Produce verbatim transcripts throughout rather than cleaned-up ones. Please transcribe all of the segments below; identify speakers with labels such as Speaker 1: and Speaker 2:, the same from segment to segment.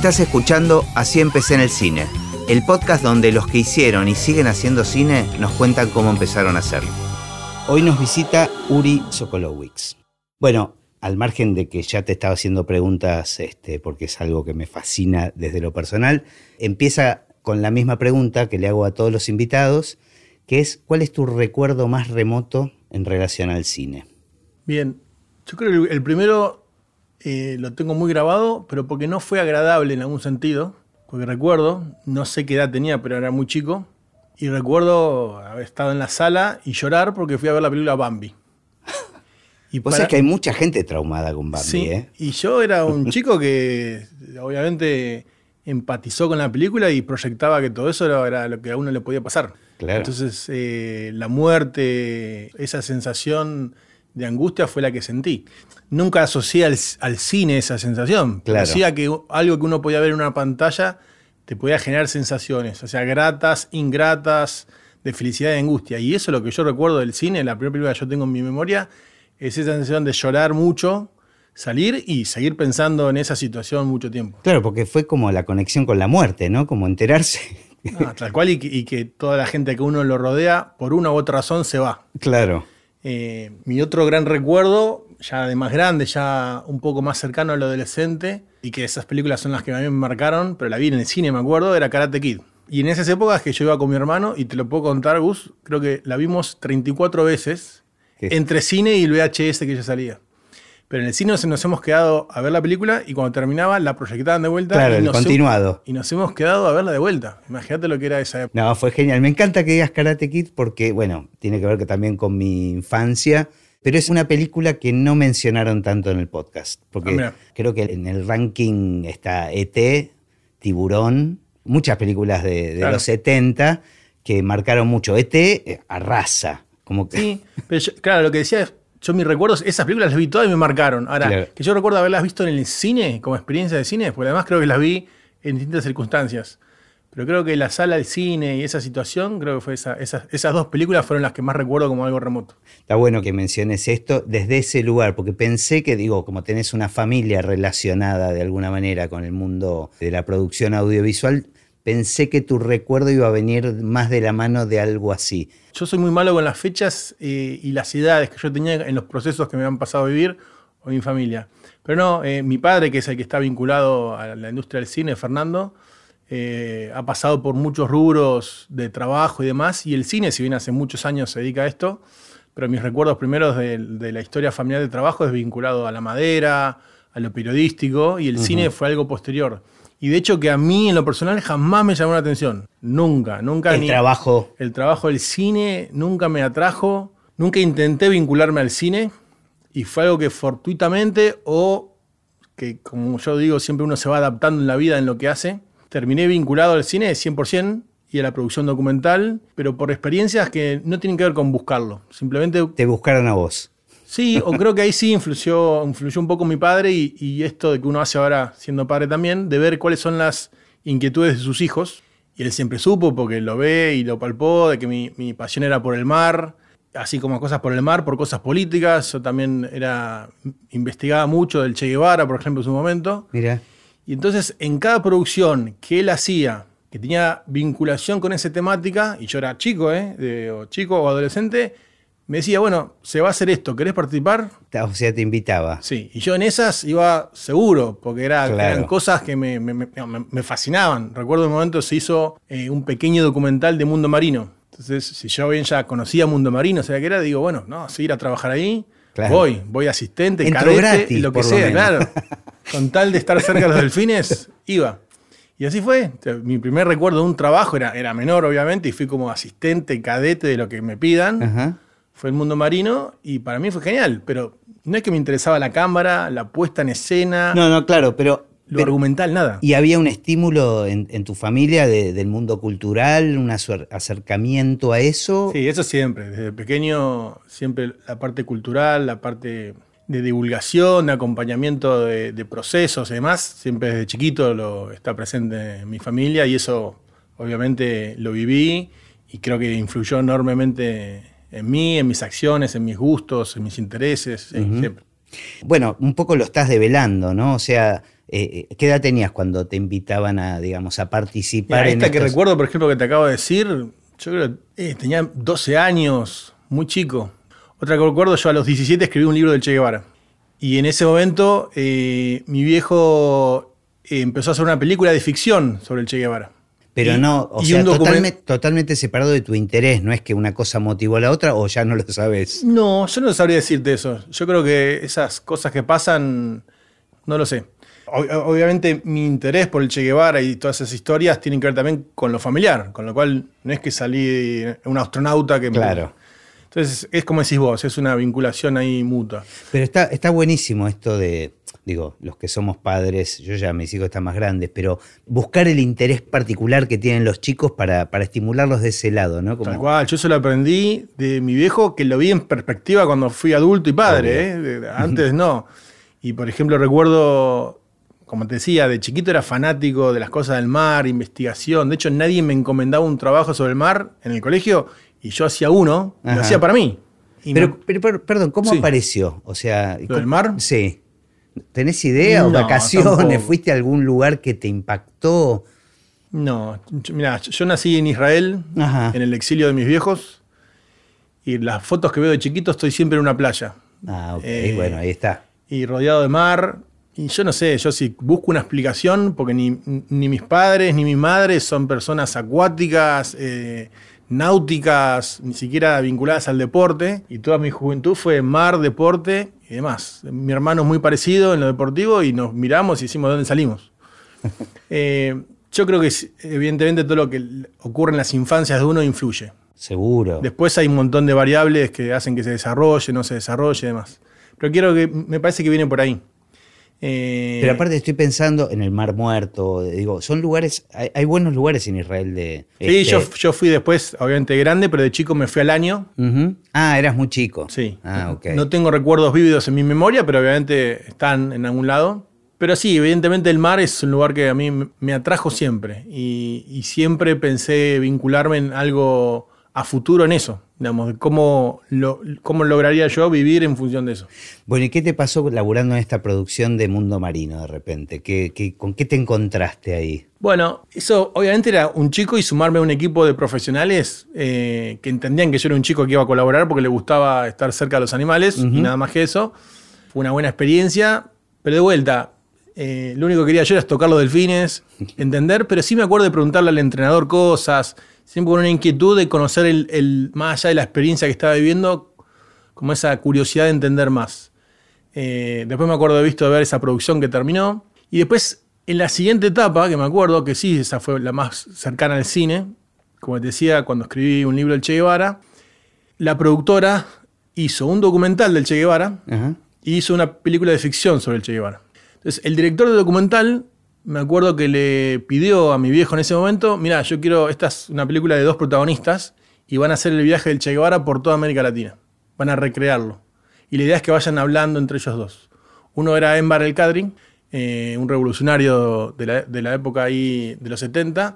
Speaker 1: Estás escuchando Así empecé en el cine, el podcast donde los que hicieron y siguen haciendo cine nos cuentan cómo empezaron a hacerlo. Hoy nos visita Uri Sokolowicz. Bueno, al margen de que ya te estaba haciendo preguntas, este, porque es algo que me fascina desde lo personal, empieza con la misma pregunta que le hago a todos los invitados, que es, ¿cuál es tu recuerdo más remoto en relación al cine?
Speaker 2: Bien, yo creo que el primero eh, lo tengo muy grabado, pero porque no fue agradable en algún sentido, porque recuerdo, no sé qué edad tenía, pero era muy chico, y recuerdo haber estado en la sala y llorar porque fui a ver la película Bambi.
Speaker 1: Y Vos para... sabés que hay mucha gente traumada con Bambi,
Speaker 2: sí,
Speaker 1: ¿eh?
Speaker 2: Y yo era un chico que obviamente empatizó con la película y proyectaba que todo eso era, era lo que a uno le podía pasar.
Speaker 1: Claro.
Speaker 2: Entonces, eh, la muerte, esa sensación de angustia fue la que sentí. Nunca asocié al, al cine esa sensación.
Speaker 1: Claro.
Speaker 2: Decía que algo que uno podía ver en una pantalla te podía generar sensaciones, o sea, gratas, ingratas, de felicidad y de angustia. Y eso es lo que yo recuerdo del cine, la primera película que yo tengo en mi memoria, es esa sensación de llorar mucho, salir y seguir pensando en esa situación mucho tiempo.
Speaker 1: Claro, porque fue como la conexión con la muerte, ¿no? Como enterarse.
Speaker 2: Ah, tal cual, y que, y que toda la gente que uno lo rodea, por una u otra razón, se va.
Speaker 1: Claro.
Speaker 2: Eh, mi otro gran recuerdo, ya de más grande, ya un poco más cercano a lo adolescente, y que esas películas son las que a mí me marcaron, pero la vi en el cine, me acuerdo, era Karate Kid. Y en esas épocas que yo iba con mi hermano, y te lo puedo contar, Gus, creo que la vimos treinta y cuatro veces, entre cine y el V H S que ya salía. Pero en el cine nos hemos quedado a ver la película y cuando terminaba la proyectaban de vuelta.
Speaker 1: Claro,
Speaker 2: y
Speaker 1: el
Speaker 2: nos
Speaker 1: continuado.
Speaker 2: Hemos, y nos hemos quedado a verla de vuelta. Imagínate lo que era esa época.
Speaker 1: No, fue genial. Me encanta que digas Karate Kid porque, bueno, tiene que ver que también con mi infancia, pero es una película que no mencionaron tanto en el podcast. Porque ah, creo que en el ranking está E T, Tiburón, muchas películas de, de claro. los setenta que marcaron mucho. E T arrasa. Como que...
Speaker 2: Sí, pero yo, claro, lo que decía es, yo mis recuerdos, esas películas las vi todas y me marcaron. Ahora, claro. que yo recuerdo haberlas visto en el cine, como experiencia de cine, porque además creo que las vi en distintas circunstancias. Pero creo que la sala del cine y esa situación, creo que fue esa, esas, esas dos películas fueron las que más recuerdo como algo remoto.
Speaker 1: Está bueno que menciones esto desde ese lugar, porque pensé que, digo, como tenés una familia relacionada de alguna manera con el mundo de la producción audiovisual, pensé que tu recuerdo iba a venir más de la mano de algo así.
Speaker 2: Yo soy muy malo con las fechas eh, y las edades que yo tenía en los procesos que me han pasado a vivir o mi familia. Pero no, eh, mi padre, que es el que está vinculado a la industria del cine, Fernando, eh, ha pasado por muchos rubros de trabajo y demás, y el cine, si bien hace muchos años se dedica a esto, pero mis recuerdos primeros de, de la historia familiar de trabajo es vinculado a la madera, a lo periodístico, y el uh-huh. cine fue algo posterior. Y de hecho que a mí en lo personal jamás me llamó la atención. Nunca, nunca.
Speaker 1: El
Speaker 2: ni,
Speaker 1: trabajo.
Speaker 2: El trabajo del cine nunca me atrajo. Nunca intenté vincularme al cine. Y fue algo que fortuitamente o que, como yo digo, siempre uno se va adaptando en la vida en lo que hace. Terminé vinculado al cine cien por ciento y a la producción documental, pero por experiencias que no tienen que ver con buscarlo. Simplemente...
Speaker 1: Te buscaron a vos.
Speaker 2: Sí, o creo que ahí sí influyó, influyó un poco mi padre y, y esto de que uno hace ahora siendo padre también, de ver cuáles son las inquietudes de sus hijos. Y él siempre supo, porque lo ve y lo palpó, de que mi, mi pasión era por el mar, así como cosas por el mar, por cosas políticas. Yo también era investigaba mucho del Che Guevara, por ejemplo, en su momento.
Speaker 1: Mira.
Speaker 2: Y entonces, en cada producción que él hacía, que tenía vinculación con esa temática, y yo era chico, ¿eh? De, o chico o adolescente, me decía, bueno, se va a hacer esto, ¿querés participar?
Speaker 1: O sea, te invitaba.
Speaker 2: Sí, y yo en esas iba seguro, porque era,
Speaker 1: claro. eran
Speaker 2: cosas que me, me, me, me fascinaban. Recuerdo un momento se hizo eh, un pequeño documental de Mundo Marino. Entonces, si yo bien ya conocía Mundo Marino, sabía qué era, digo, bueno, no, seguir a trabajar ahí, claro. voy, voy asistente,
Speaker 1: Entro
Speaker 2: cadete,
Speaker 1: gratis,
Speaker 2: y lo que
Speaker 1: por
Speaker 2: sea,
Speaker 1: lo
Speaker 2: claro. Con tal de estar cerca de los delfines, iba. Y así fue. Mi primer recuerdo de un trabajo era, era menor, obviamente, y fui como asistente, cadete de lo que me pidan.
Speaker 1: Ajá.
Speaker 2: Fue el Mundo Marino y para mí fue genial, pero no es que me interesaba la cámara, la puesta en escena.
Speaker 1: No, no, claro, pero...
Speaker 2: Lo
Speaker 1: pero,
Speaker 2: argumental, nada.
Speaker 1: ¿Y había un estímulo en, en tu familia de, del mundo cultural, un acercamiento a eso?
Speaker 2: Sí, eso siempre. Desde pequeño siempre la parte cultural, la parte de divulgación, de acompañamiento de, de procesos y demás, siempre desde chiquito lo está presente en mi familia y eso obviamente lo viví y creo que influyó enormemente en mí, en mis acciones, en mis gustos, en mis intereses, uh-huh. siempre.
Speaker 1: Bueno, un poco lo estás develando, ¿no? O sea, Eh, ¿Qué edad tenías cuando te invitaban a, digamos, a participar?
Speaker 2: Mira,
Speaker 1: en
Speaker 2: esta que
Speaker 1: estos...
Speaker 2: recuerdo, por ejemplo, que te acabo de decir, yo creo que eh, tenía doce años, muy chico. Otra que recuerdo, yo a los diecisiete escribí un libro del Che Guevara. Y en ese momento eh, mi viejo eh, empezó a hacer una película de ficción sobre el Che Guevara.
Speaker 1: Pero
Speaker 2: y,
Speaker 1: no, o
Speaker 2: y
Speaker 1: sea,
Speaker 2: un document...
Speaker 1: totalmente, totalmente separado de tu interés, no es que una cosa motivó a la otra o ya no lo sabes.
Speaker 2: No, yo no sabría decirte eso. Yo creo que esas cosas que pasan, no lo sé. Obviamente mi interés por el Che Guevara y todas esas historias tienen que ver también con lo familiar, con lo cual no es que salí un astronauta que...
Speaker 1: Claro.
Speaker 2: Entonces es como decís vos, es una vinculación ahí mutua.
Speaker 1: Pero está, está buenísimo esto de, digo, los que somos padres, yo ya mis hijos están más grandes, pero buscar el interés particular que tienen los chicos para, para estimularlos de ese lado, ¿no? Como...
Speaker 2: Tal cual, yo eso lo aprendí de mi viejo, que lo vi en perspectiva cuando fui adulto y padre, ¿eh? Antes no. Y por ejemplo recuerdo... Como te decía, de chiquito era fanático de las cosas del mar, investigación. De hecho, nadie me encomendaba un trabajo sobre el mar en el colegio y yo hacía uno, y lo hacía para mí. Y
Speaker 1: pero,
Speaker 2: me...
Speaker 1: pero, pero, perdón, ¿cómo
Speaker 2: sí.
Speaker 1: apareció? O sea,
Speaker 2: ¿Lo del mar?
Speaker 1: Sí. ¿Tenés idea? ¿O
Speaker 2: no,
Speaker 1: vacaciones?
Speaker 2: Tampoco.
Speaker 1: ¿Fuiste a algún lugar que te impactó?
Speaker 2: No, mira, yo nací en Israel, Ajá. en el exilio de mis viejos, y las fotos que veo de chiquito estoy siempre en una playa.
Speaker 1: Ah, ok, eh, bueno, ahí está.
Speaker 2: Y rodeado de mar. Y yo no sé, yo sí busco una explicación, porque ni, ni mis padres ni mi madre son personas acuáticas, eh, náuticas, ni siquiera vinculadas al deporte. Y toda mi juventud fue mar, deporte y demás. Mi hermano es muy parecido en lo deportivo y nos miramos y decimos, ¿de dónde salimos? eh, yo creo que evidentemente todo lo que ocurre en las infancias de uno influye.
Speaker 1: Seguro.
Speaker 2: Después hay un montón de variables que hacen que se desarrolle, no se desarrolle y demás. Pero quiero que, me parece que viene por ahí.
Speaker 1: Eh, Pero aparte estoy pensando en el Mar Muerto, digo, son lugares, hay, hay buenos lugares en Israel de...
Speaker 2: Sí,
Speaker 1: este...
Speaker 2: yo, yo fui después, obviamente grande, pero de chico me fui al año.
Speaker 1: Uh-huh. Ah, eras muy chico.
Speaker 2: Sí.
Speaker 1: Ah, okay.
Speaker 2: No tengo recuerdos vívidos en mi memoria, pero obviamente están en algún lado. Pero sí, evidentemente el mar es un lugar que a mí me atrajo siempre y, y siempre pensé vincularme en algo a futuro en eso. Digamos, cómo, lo, cómo lograría yo vivir en función de eso.
Speaker 1: Bueno, ¿y qué te pasó laburando en esta producción de Mundo Marino de repente? ¿Qué, qué, ¿Con qué te encontraste ahí?
Speaker 2: Bueno, eso obviamente era un chico y sumarme a un equipo de profesionales eh, que entendían que yo era un chico que iba a colaborar porque le gustaba estar cerca de los animales uh-huh. y nada más que eso. Fue una buena experiencia, pero de vuelta, eh, lo único que quería yo era tocar los delfines, entender, pero sí me acuerdo de preguntarle al entrenador cosas, siempre con una inquietud de conocer el, el, más allá de la experiencia que estaba viviendo, como esa curiosidad de entender más. Eh, después me acuerdo de visto de ver esa producción que terminó. Y después, en la siguiente etapa, que me acuerdo, que sí, esa fue la más cercana al cine, como te decía, cuando escribí un libro del Che Guevara, la productora hizo un documental del Che Guevara uh-huh. y hizo una película de ficción sobre el Che Guevara. Entonces, el director del documental... Me acuerdo que le pidió a mi viejo en ese momento, mirá, yo quiero, esta es una película de dos protagonistas y van a hacer el viaje del Che Guevara por toda América Latina. Van a recrearlo. Y la idea es que vayan hablando entre ellos dos. Uno era Enver El Kadri, eh, un revolucionario de la, de la época ahí de los setenta,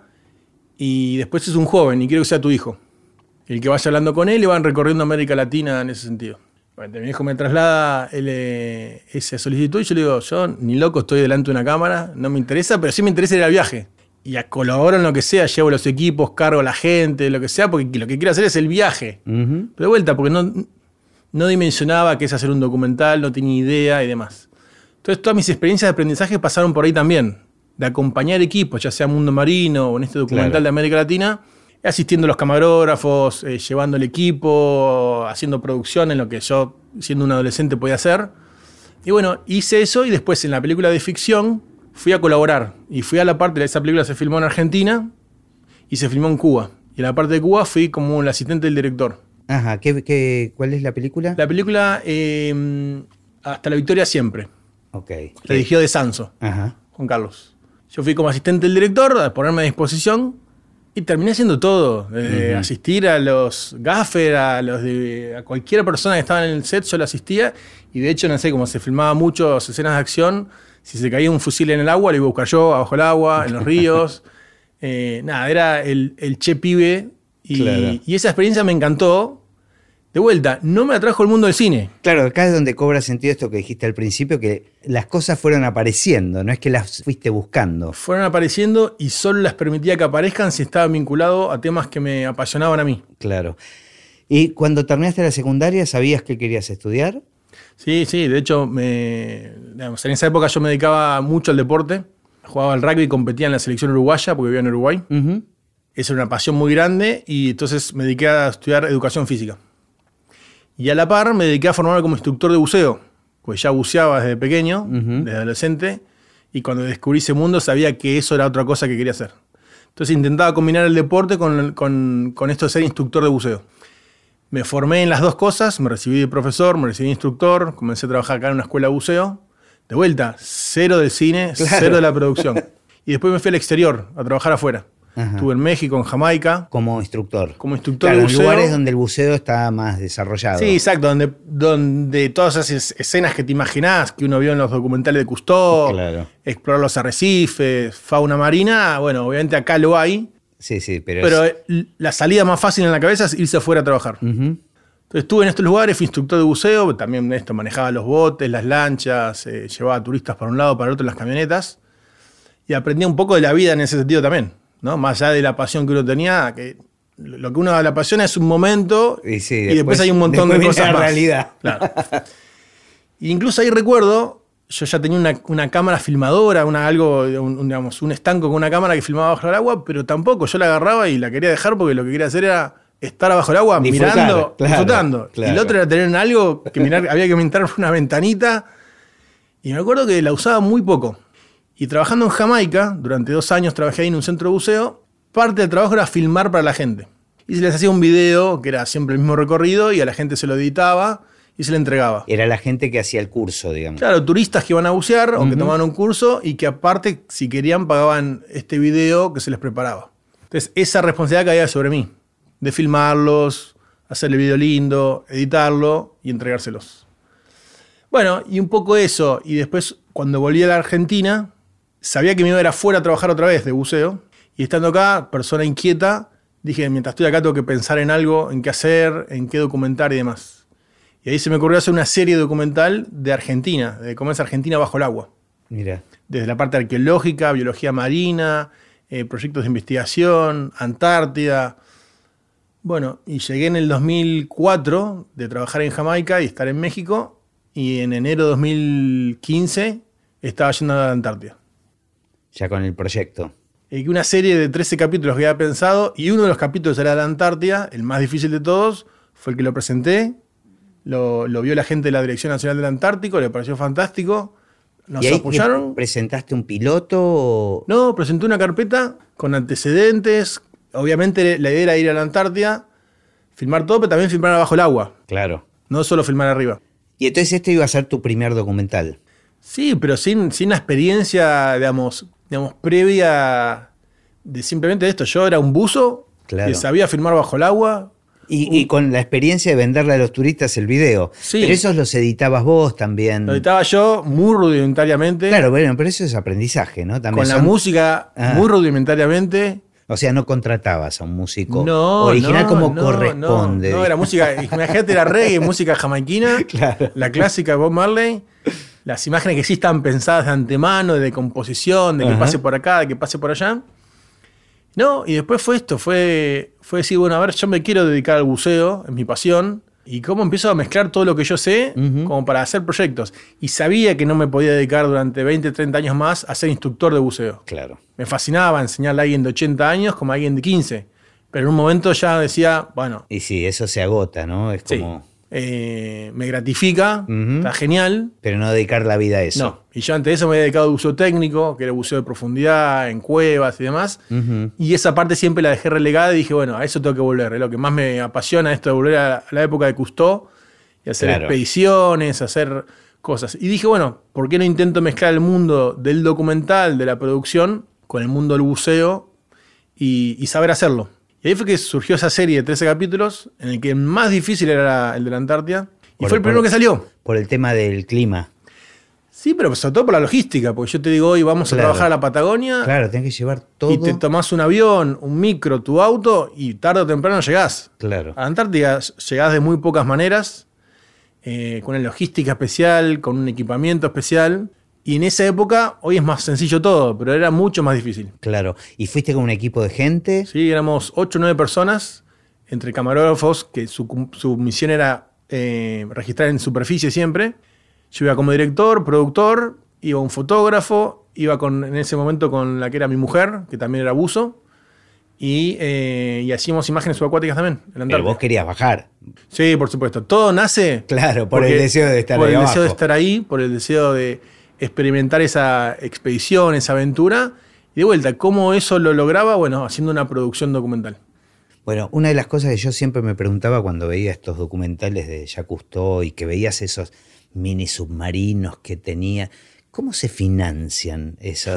Speaker 2: y después es un joven y quiero que sea tu hijo. El que vaya hablando con él y van recorriendo América Latina en ese sentido. Bueno, mi viejo me traslada el, eh, esa solicitud y yo le digo, yo ni loco estoy delante de una cámara, no me interesa, pero sí me interesa ir al viaje. Y a colaboro en lo que sea, llevo los equipos, cargo a la gente, lo que sea, porque lo que quiero hacer es el viaje. Uh-huh. Pero de vuelta, porque no, no dimensionaba que es hacer un documental, no tenía idea y demás. Entonces todas mis experiencias de aprendizaje pasaron por ahí también, de acompañar equipos, ya sea Mundo Marino o en este documental claro. de América Latina, asistiendo a los camarógrafos, eh, llevando el equipo, haciendo producción en lo que yo, siendo un adolescente, podía hacer. Y bueno, hice eso y después en la película de ficción fui a colaborar. Y fui a la parte, esa película se filmó en Argentina y se filmó en Cuba. Y en la parte de Cuba fui como el asistente del director.
Speaker 1: Ajá, ¿qué, qué, ¿cuál es la película?
Speaker 2: La película eh, Hasta la Victoria Siempre.
Speaker 1: Ok.
Speaker 2: La dirigió de Sanso, Ajá. Juan Carlos. Yo fui como asistente del director a ponerme a disposición. Y terminé haciendo todo, eh, uh-huh. asistir a los gaffer, a, los de, a cualquier persona que estaba en el set, yo lo asistía. Y de hecho, no sé, como se filmaba mucho escenas de acción, si se caía un fusil en el agua, lo iba a buscar yo, abajo el agua, en los ríos. Eh, nada, era el, el che pibe. Y, claro. y esa experiencia me encantó. De vuelta, no me atrajo el mundo del cine.
Speaker 1: Claro, acá es donde cobra sentido esto que dijiste al principio, que las cosas fueron apareciendo, no es que las fuiste buscando.
Speaker 2: Fueron apareciendo y solo las permitía que aparezcan si estaban vinculados a temas que me apasionaban a mí.
Speaker 1: Claro. ¿Y cuando terminaste la secundaria sabías qué querías estudiar?
Speaker 2: Sí, sí, de hecho, me, digamos, en esa época yo me dedicaba mucho al deporte. Jugaba al rugby y competía en la selección uruguaya porque vivía en Uruguay. Uh-huh. Esa era una pasión muy grande y entonces me dediqué a estudiar educación física. Y a la par me dediqué a formarme como instructor de buceo, pues ya buceaba desde pequeño, uh-huh. desde adolescente, y cuando descubrí ese mundo sabía que eso era otra cosa que quería hacer. Entonces intentaba combinar el deporte con, con, con esto de ser instructor de buceo. Me formé en las dos cosas, me recibí de profesor, me recibí de instructor, comencé a trabajar acá en una escuela de buceo. De vuelta, cero del cine, claro. cero de la producción. Y después me fui al exterior, a trabajar afuera. Ajá. Estuve en México, en Jamaica.
Speaker 1: Como instructor.
Speaker 2: Como instructor
Speaker 1: claro,
Speaker 2: de buceo.
Speaker 1: En lugares donde el buceo está más desarrollado.
Speaker 2: Sí, exacto. Donde, donde todas esas escenas que te imaginás, que uno vio en los documentales de Cousteau, claro. explorar los arrecifes, fauna marina, bueno, obviamente acá lo hay.
Speaker 1: Sí, sí, pero...
Speaker 2: Pero
Speaker 1: es...
Speaker 2: la salida más fácil en la cabeza es irse afuera a trabajar. Uh-huh. Entonces estuve en estos lugares, fui instructor de buceo, también esto, manejaba los botes, las lanchas, eh, llevaba turistas para un lado, para el otro en las camionetas. Y aprendí un poco de la vida en ese sentido también. ¿No? Más allá de la pasión que uno tenía, que lo que uno le apasiona es un momento
Speaker 1: y, sí,
Speaker 2: y
Speaker 1: después,
Speaker 2: después hay un montón de cosas
Speaker 1: la
Speaker 2: más.
Speaker 1: Realidad.
Speaker 2: Claro. Incluso ahí recuerdo, yo ya tenía una, una cámara filmadora, una, algo, un, digamos, un estanco con una cámara que filmaba bajo el agua, pero tampoco yo la agarraba y la quería dejar porque lo que quería hacer era estar abajo del agua, disfrutar, mirando, claro, disfrutando. Claro. Y el otro era tener algo que mirar, había que mirar por una ventanita. Y me acuerdo que la usaba muy poco. Y trabajando en Jamaica, durante dos años trabajé ahí en un centro de buceo, parte del trabajo era filmar para la gente. Y se les hacía un video, que era siempre el mismo recorrido, y a la gente se lo editaba y se le entregaba.
Speaker 1: Era la gente que hacía el curso, digamos.
Speaker 2: Claro, turistas que iban a bucear uh-huh. o que tomaban un curso y que aparte, si querían, pagaban este video que se les preparaba. Entonces, esa responsabilidad caía sobre mí, de filmarlos, hacer el video lindo, editarlo y entregárselos. Bueno, y un poco eso. Y después, cuando volví a la Argentina... Sabía que me iba a ir afuera a trabajar otra vez de buceo. Y estando acá, persona inquieta, dije, mientras estoy acá tengo que pensar en algo, en qué hacer, en qué documentar y demás. Y ahí se me ocurrió hacer una serie documental de Argentina, de cómo es Argentina bajo el agua.
Speaker 1: Mira.
Speaker 2: Desde la parte arqueológica, biología marina, eh, proyectos de investigación, Antártida. Bueno, y llegué en el dos mil cuatro de trabajar en Jamaica y estar en México. Y en enero de dos mil quince estaba yendo a la Antártida.
Speaker 1: Ya con el proyecto.
Speaker 2: Y una serie de trece capítulos que había pensado, y uno de los capítulos era la Antártida, el más difícil de todos, fue el que lo presenté, lo, lo vio la gente de la Dirección Nacional del Antártico, le pareció fantástico, nos
Speaker 1: ¿Y ahí
Speaker 2: apoyaron.
Speaker 1: ¿Presentaste un piloto? O...
Speaker 2: No, presenté una carpeta con antecedentes, obviamente la idea era ir a la Antártida, filmar todo, pero también filmar abajo el agua.
Speaker 1: Claro.
Speaker 2: No solo filmar arriba.
Speaker 1: Y entonces este iba a ser tu primer documental.
Speaker 2: Sí, pero sin, sin la experiencia, digamos... digamos, previa de simplemente esto. Yo era un buzo claro. que sabía filmar bajo el agua.
Speaker 1: Y, y con la experiencia de venderle a los turistas el video.
Speaker 2: Sí.
Speaker 1: Pero esos los editabas vos también.
Speaker 2: Lo editaba yo muy rudimentariamente.
Speaker 1: Claro, bueno, pero eso es aprendizaje, ¿no? También
Speaker 2: con
Speaker 1: son...
Speaker 2: la música ah. muy rudimentariamente.
Speaker 1: O sea, no contratabas a un músico
Speaker 2: no,
Speaker 1: original
Speaker 2: no,
Speaker 1: como
Speaker 2: no,
Speaker 1: corresponde.
Speaker 2: No, no, era música, imagínate, era reggae, música jamaiquina,
Speaker 1: claro.
Speaker 2: la clásica de Bob Marley. Las imágenes que sí están pensadas de antemano, de composición, de que Ajá. pase por acá, de que pase por allá. No, y después fue esto, fue, fue decir, bueno, a ver, yo me quiero dedicar al buceo, es mi pasión, y cómo empiezo a mezclar todo lo que yo sé uh-huh. como para hacer proyectos. Y sabía que no me podía dedicar durante veinte, treinta años más a ser instructor de buceo.
Speaker 1: Claro.
Speaker 2: Me fascinaba enseñarle a alguien de ochenta años como a alguien de quince. Pero en un momento ya decía, bueno...
Speaker 1: Y sí, eso se agota, ¿no? Es como...
Speaker 2: Sí. Eh, me gratifica, uh-huh. está genial.
Speaker 1: Pero no dedicar la vida a eso.
Speaker 2: No, y yo antes de eso me había dedicado al buceo técnico, que era buceo de profundidad, en cuevas y demás. Uh-huh. Y esa parte siempre la dejé relegada y dije, bueno, a eso tengo que volver. Es lo que más me apasiona, esto de volver a la época de Cousteau y hacer claro. expediciones, hacer cosas. Y dije, bueno, ¿por qué no intento mezclar el mundo del documental, de la producción, con el mundo del buceo y, y saber hacerlo? Y ahí fue que surgió esa serie de trece capítulos, en el que el más difícil era el de la Antártida. Y
Speaker 1: por,
Speaker 2: fue el primero
Speaker 1: por,
Speaker 2: que salió.
Speaker 1: Por el tema del clima.
Speaker 2: Sí, pero sobre todo por la logística, porque yo te digo hoy vamos
Speaker 1: Claro.
Speaker 2: a trabajar a la Patagonia.
Speaker 1: Claro, tenés que llevar todo.
Speaker 2: Y te tomás un avión, un micro, tu auto y tarde o temprano llegás.
Speaker 1: Claro.
Speaker 2: A la Antártida llegás de muy pocas maneras, eh, con una logística especial, con un equipamiento especial. Y en esa época, hoy es más sencillo todo, pero era mucho más difícil.
Speaker 1: Claro. ¿Y fuiste con un equipo de gente?
Speaker 2: Sí, éramos ocho o nueve personas, entre camarógrafos, que su, su misión era eh, registrar en superficie siempre. Yo iba como director, productor, iba un fotógrafo, iba con, en ese momento con la que era mi mujer, que también era buzo, y, eh, y hacíamos imágenes subacuáticas también en la
Speaker 1: Pero
Speaker 2: Antártida.
Speaker 1: vos querías bajar.
Speaker 2: Sí, por supuesto. Todo nace
Speaker 1: Claro, por
Speaker 2: porque-
Speaker 1: el deseo de estar
Speaker 2: por
Speaker 1: ahí
Speaker 2: el
Speaker 1: abajo.
Speaker 2: deseo de estar ahí, por el deseo de experimentar esa expedición, esa aventura. Y de vuelta, ¿cómo eso lo lograba? Bueno, haciendo una producción documental.
Speaker 1: Bueno, una de las cosas que yo siempre me preguntaba cuando veía estos documentales de Jacques Cousteau y que veías esos mini submarinos que tenía, ¿cómo se financian eso?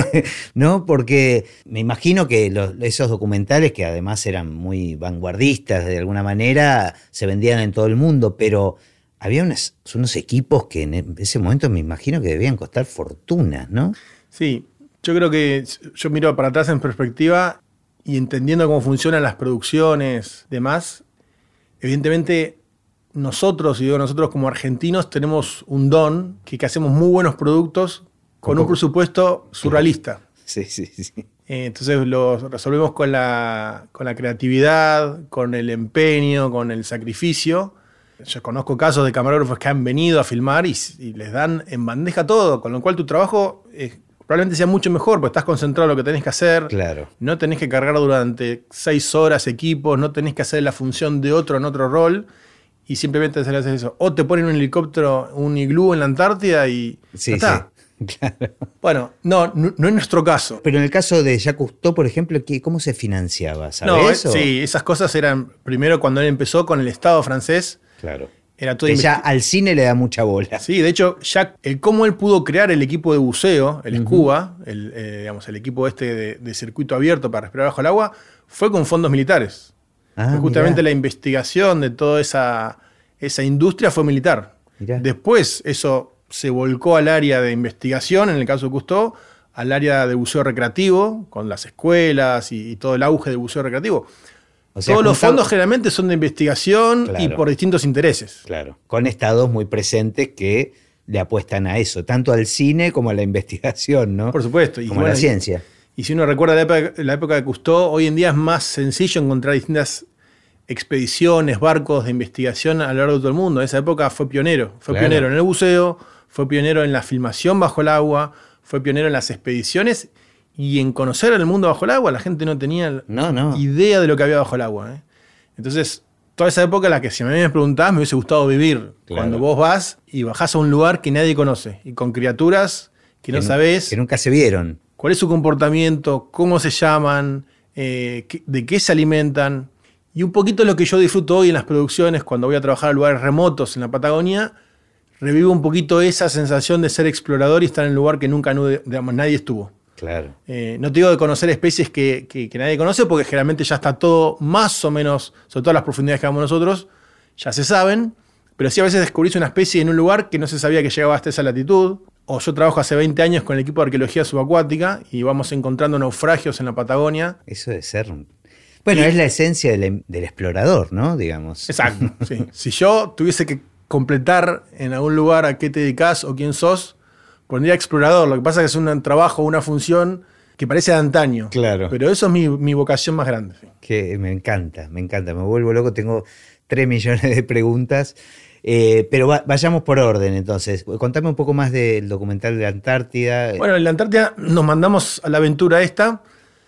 Speaker 1: ¿No? Porque me imagino que los- esos documentales, que además eran muy vanguardistas de alguna manera, se vendían en todo el mundo, pero había unos, unos equipos que en ese momento me imagino que debían costar fortunas, ¿no?
Speaker 2: Sí, yo creo que yo miro para atrás en perspectiva y entendiendo cómo funcionan las producciones, demás, evidentemente nosotros, y digo nosotros como argentinos, tenemos un don que, que hacemos muy buenos productos con
Speaker 1: Con
Speaker 2: un presupuesto surrealista.
Speaker 1: Sí, sí, sí.
Speaker 2: Eh, entonces lo resolvemos con la, con la creatividad, con el empeño, con el sacrificio. Yo conozco casos de camarógrafos que han venido a filmar y, y les dan en bandeja todo, con lo cual tu trabajo eh, probablemente sea mucho mejor, porque estás concentrado en lo que tenés que hacer.
Speaker 1: Claro.
Speaker 2: No tenés que cargar durante seis horas equipos, no tenés que hacer la función de otro en otro rol y simplemente haces eso. O te ponen un helicóptero, un iglú en la Antártida y
Speaker 1: Sí,
Speaker 2: ya está.
Speaker 1: sí. Claro.
Speaker 2: Bueno, no, no, no es nuestro caso.
Speaker 1: Pero en el caso de Jacques Cousteau, por ejemplo, ¿qué- ¿cómo se financiaba? ¿Sabes
Speaker 2: No, eh,
Speaker 1: eso?
Speaker 2: sí, esas cosas eran primero cuando él empezó con el Estado francés,
Speaker 1: Claro.
Speaker 2: era todo
Speaker 1: Que ya
Speaker 2: investi-
Speaker 1: al cine le da mucha bola.
Speaker 2: Sí, de hecho, ya el cómo él pudo crear el equipo de buceo, el SCUBA, el, eh, digamos, el equipo este de, de circuito abierto para respirar bajo el agua, fue con fondos militares.
Speaker 1: Ah,
Speaker 2: Fue justamente
Speaker 1: mirá.
Speaker 2: la investigación de toda esa, esa industria fue militar.
Speaker 1: Mirá.
Speaker 2: Después eso se volcó al área de investigación, en el caso de Cousteau, al área de buceo recreativo, con las escuelas y, y todo el auge del buceo recreativo.
Speaker 1: O sea,
Speaker 2: Todos los
Speaker 1: juntaba-
Speaker 2: fondos generalmente son de investigación y
Speaker 1: Claro.
Speaker 2: por distintos intereses.
Speaker 1: Claro. Con estados muy presentes que le apuestan a eso, tanto al cine como a la investigación, ¿no?
Speaker 2: Por supuesto. Y
Speaker 1: Como a
Speaker 2: bueno,
Speaker 1: la ciencia.
Speaker 2: Y si uno recuerda la época, la época de Cousteau, hoy en día es más sencillo encontrar distintas expediciones, barcos de investigación a lo largo de todo el mundo. En esa época fue pionero. Fue
Speaker 1: Claro.
Speaker 2: pionero en el buceo, fue pionero en la filmación bajo el agua, fue pionero en las expediciones y en conocer el mundo bajo el agua. La gente no tenía
Speaker 1: No, no.
Speaker 2: idea de lo que había bajo el agua. ¿eh? Entonces, toda esa época en la que si a mí me preguntabas me hubiese gustado vivir.
Speaker 1: Claro.
Speaker 2: Cuando vos vas y bajás a un lugar que nadie conoce y con criaturas que, no
Speaker 1: nu-
Speaker 2: sabés
Speaker 1: Que nunca se vieron.
Speaker 2: cuál es su comportamiento, cómo se llaman, eh, qué- de qué se alimentan. Y un poquito lo que yo disfruto hoy en las producciones, cuando voy a trabajar a lugares remotos en la Patagonia, revivo un poquito esa sensación de ser explorador y estar en un lugar que nunca nu- digamos, nadie estuvo.
Speaker 1: Claro.
Speaker 2: Eh, no te digo de conocer especies que, que- que nadie conoce, porque generalmente ya está todo más o menos, sobre todo las profundidades que vamos nosotros, ya se saben, pero sí a veces descubrís una especie en un lugar que no se sabía que llegaba hasta esa latitud. O yo trabajo hace veinte años con el equipo de arqueología subacuática y vamos encontrando naufragios en la Patagonia.
Speaker 1: Eso de ser. Bueno, es la esencia del, del explorador, ¿no? Digamos.
Speaker 2: Exacto. Sí. Si yo tuviese que completar en algún lugar a qué te dedicas o quién sos, pondría explorador. Lo que pasa es que es un trabajo, una función que parece de antaño.
Speaker 1: Claro.
Speaker 2: Pero eso es mi, mi vocación más grande. Sí.
Speaker 1: Que me encanta, me encanta. Me vuelvo loco. Tengo tres millones de preguntas. Eh, pero va- vayamos por orden, entonces. Contame un poco más del documental de la Antártida.
Speaker 2: Bueno, en la Antártida nos mandamos a la aventura esta.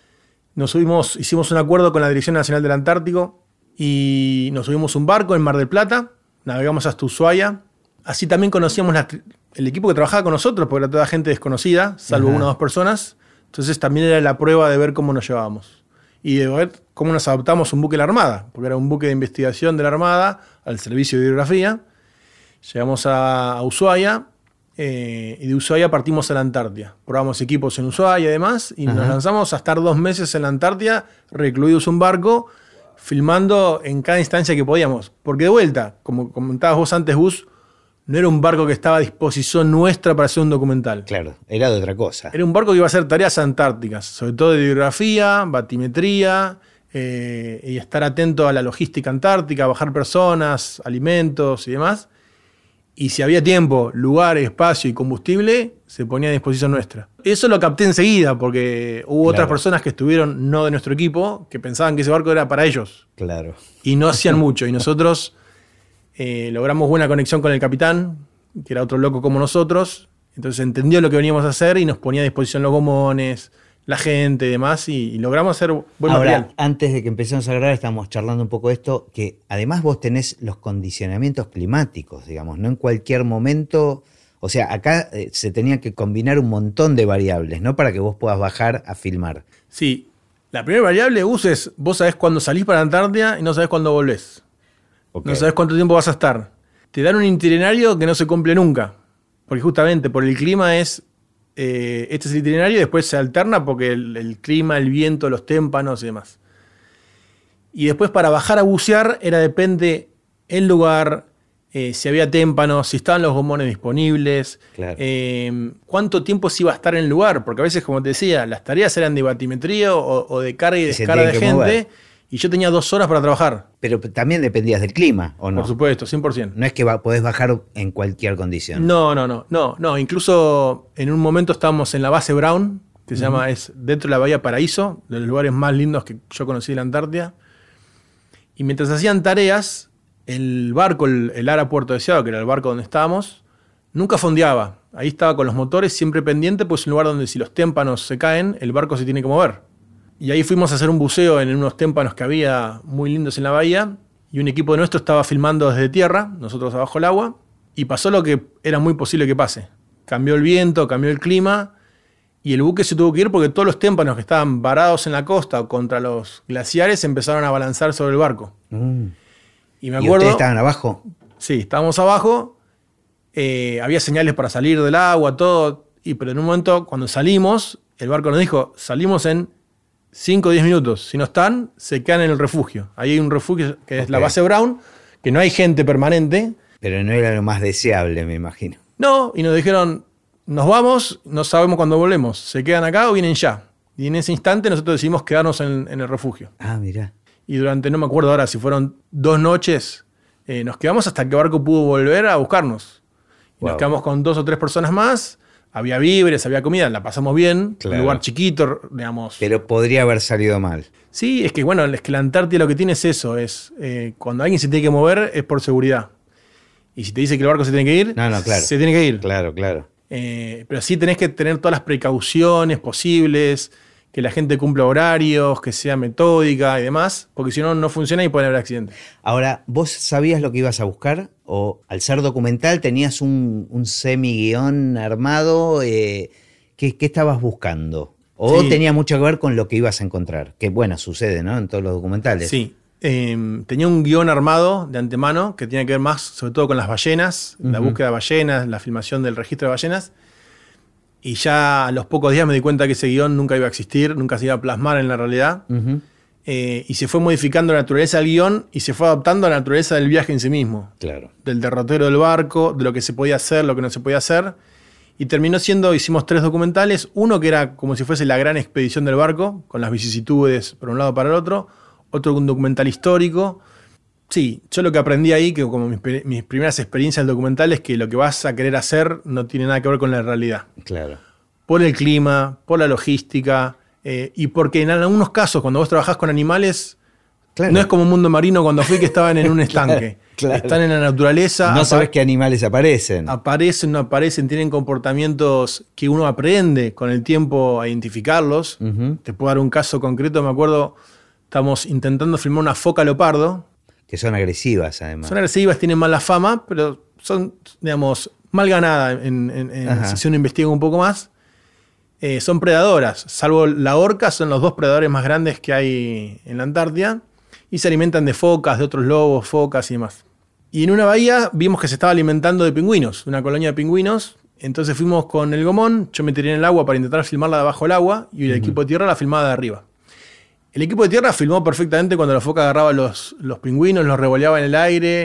Speaker 2: Nos subimos, hicimos un acuerdo con la Dirección Nacional del Antártico y nos subimos un barco en Mar del Plata, navegamos hasta Ushuaia. Así también conocíamos la tri- el equipo que trabajaba con nosotros, porque era toda gente desconocida, salvo
Speaker 1: Ajá.
Speaker 2: una o dos personas. Entonces también era la prueba de ver cómo nos llevábamos. Y de ver cómo nos adaptamos a un buque de la Armada, porque era un buque de investigación de la Armada al servicio de hidrografía. Llegamos a, a Ushuaia eh, y de Ushuaia partimos a la Antártida. Probamos equipos en Ushuaia y demás y
Speaker 1: Ajá.
Speaker 2: nos lanzamos a estar dos meses en la Antártida, recluidos en un barco, filmando en cada instancia que podíamos. Porque de vuelta, como comentabas vos antes, Gus, no era un barco que estaba a disposición nuestra para hacer un documental.
Speaker 1: Claro, era de otra cosa.
Speaker 2: Era un barco que iba a hacer tareas antárticas, sobre todo de hidrografía, batimetría, eh, y estar atento a la logística antártica, bajar personas, alimentos y demás. Y si había tiempo, lugar, espacio y combustible, se ponía a disposición nuestra. Eso lo capté enseguida, porque hubo
Speaker 1: Claro.
Speaker 2: otras personas que estuvieron no de nuestro equipo, que pensaban que ese barco era para ellos.
Speaker 1: Claro.
Speaker 2: Y no hacían mucho. Y nosotros eh, logramos buena conexión con el capitán, que era otro loco como nosotros. Entonces entendió lo que veníamos a hacer y nos ponía a disposición los gomones, la gente y demás. Y, y logramos hacer buen
Speaker 1: Ahora,
Speaker 2: material.
Speaker 1: antes de que empecemos a grabar, estamos charlando un poco de esto, que además vos tenés los condicionamientos climáticos, digamos, no en cualquier momento. O sea, acá eh, se tenía que combinar un montón de variables, ¿no? Para que vos puedas bajar a filmar.
Speaker 2: Sí. La primera variable, Gus, es vos sabés cuándo salís para Antártida y no sabés cuándo volvés.
Speaker 1: Okay.
Speaker 2: No sabés cuánto tiempo vas a estar. Te dan un itinerario que no se cumple nunca. Porque justamente por el clima es... Eh, este es el itinerario y después se alterna porque el, el clima, el viento, los témpanos y demás. Y después para bajar a bucear era depende el lugar, eh, si había témpanos, si estaban los gomones disponibles,
Speaker 1: Claro.
Speaker 2: eh, cuánto tiempo se iba a estar en el lugar. Porque a veces, como te decía, las tareas eran de batimetría o, o de carga y
Speaker 1: Y se
Speaker 2: descarga de
Speaker 1: tenían que
Speaker 2: gente.
Speaker 1: mover.
Speaker 2: Y yo tenía dos horas para trabajar.
Speaker 1: Pero también dependías del clima, ¿o no?
Speaker 2: Por supuesto, cien por ciento.
Speaker 1: No es que va- podés bajar en cualquier condición.
Speaker 2: No, no, no, no, no. Incluso en un momento estábamos en la base Brown, que se llama, es dentro de la Bahía Paraíso, de los lugares más lindos que yo conocí de la Antártida. Y mientras hacían tareas, el barco, el, el Ara Puerto Deseado, que era el barco donde estábamos, nunca fondeaba. Ahí estaba con los motores siempre pendiente, pues es un lugar donde si los témpanos se caen, el barco se tiene que mover. Y ahí fuimos a hacer un buceo en unos témpanos que había muy lindos en la bahía, y un equipo nuestro estaba filmando desde tierra, nosotros abajo el agua, y pasó lo que era muy posible que pase. Cambió el viento, cambió el clima, y el buque se tuvo que ir porque todos los témpanos que estaban varados en la costa o contra los glaciares empezaron a balanzar sobre el barco.
Speaker 1: Mm.
Speaker 2: Y me
Speaker 1: ¿Y
Speaker 2: acuerdo...
Speaker 1: ustedes estaban abajo?
Speaker 2: Sí, estábamos abajo, eh, había señales para salir del agua, todo, y, pero en un momento cuando salimos, el barco nos dijo, salimos en cinco o diez minutos. Si no están, se quedan en el refugio. Ahí hay un refugio que es
Speaker 1: Ok.
Speaker 2: la base Brown, que no hay gente permanente.
Speaker 1: Pero no era lo más deseable, me imagino.
Speaker 2: No, y nos dijeron, nos vamos, no sabemos cuándo volvemos. ¿Se quedan acá o vienen ya? Y en ese instante nosotros decidimos quedarnos en, en el refugio.
Speaker 1: Ah, mirá.
Speaker 2: Y durante, no me acuerdo ahora si fueron dos noches, eh, nos quedamos hasta que el barco pudo volver a buscarnos. Y
Speaker 1: Wow.
Speaker 2: nos quedamos con dos o tres personas más. Había víveres, había comida, la pasamos bien.
Speaker 1: Claro.
Speaker 2: Un lugar chiquito, digamos.
Speaker 1: Pero podría haber salido mal.
Speaker 2: Sí, es que bueno, es que la Antártida lo que tiene es eso, es eh, cuando alguien se tiene que mover es por seguridad. Y si te dice que el barco se tiene que ir,
Speaker 1: No, no, claro.
Speaker 2: se tiene que ir.
Speaker 1: Claro, claro.
Speaker 2: Eh, pero sí tenés que tener todas las precauciones posibles, que la gente cumpla horarios, que sea metódica y demás, porque si no, no funciona y pueden haber accidentes.
Speaker 1: Ahora, ¿vos sabías lo que ibas a buscar? ¿O al ser documental tenías un, un semi-guión armado? Eh, ¿qué, qué estabas buscando? ¿O
Speaker 2: Sí.
Speaker 1: tenía mucho que ver con lo que ibas a encontrar? Que bueno, sucede, ¿no? En todos los documentales.
Speaker 2: Sí. Eh, tenía un guión armado de antemano que tenía que ver más, sobre todo con las ballenas, la
Speaker 1: Ujú.
Speaker 2: búsqueda de ballenas, la filmación del registro de ballenas. Y ya a los pocos días me di cuenta que ese guión nunca iba a existir, nunca se iba a plasmar en la realidad.
Speaker 1: Ujú.
Speaker 2: Eh, y se fue modificando la naturaleza del guión y se fue adaptando a la naturaleza del viaje en sí mismo.
Speaker 1: Claro.
Speaker 2: Del derrotero del barco, de lo que se podía hacer, lo que no se podía hacer. Y terminó siendo, hicimos tres documentales. Uno que era como si fuese la gran expedición del barco, con las vicisitudes por un lado para el otro. Otro un documental histórico. Sí, yo lo que aprendí ahí, que como mis, pe- mis primeras experiencias del documental, es que lo que vas a querer hacer no tiene nada que ver con la realidad.
Speaker 1: Claro.
Speaker 2: Por el clima, por la logística, eh, y porque en algunos casos, cuando vos trabajás con animales,
Speaker 1: Claro.
Speaker 2: no es como un mundo marino cuando fui que estaban en un estanque.
Speaker 1: claro.
Speaker 2: Están en la naturaleza.
Speaker 1: No
Speaker 2: apa-
Speaker 1: sabes qué animales aparecen.
Speaker 2: Aparecen, no aparecen, tienen comportamientos que uno aprende con el tiempo a identificarlos.
Speaker 1: Ujú.
Speaker 2: Te puedo dar un caso concreto, me acuerdo, estamos intentando filmar una foca leopardo.
Speaker 1: Que son agresivas, además.
Speaker 2: Son agresivas, tienen mala fama, pero son, digamos, mal ganada en, en- en-
Speaker 1: Ajá.
Speaker 2: si uno investiga un poco más. Eh, son predadoras, salvo la orca, son los dos predadores más grandes que hay en la Antártida. Y se alimentan de focas, de otros lobos, focas y demás. Y en una bahía vimos que se estaba alimentando de pingüinos, una colonia de pingüinos. Entonces fuimos con el gomón, yo me tiré en el agua para intentar filmarla de abajo del agua y el equipo de tierra la filmaba de arriba. El equipo de tierra filmó perfectamente cuando la foca agarraba los, los pingüinos, los revoleaba en el aire,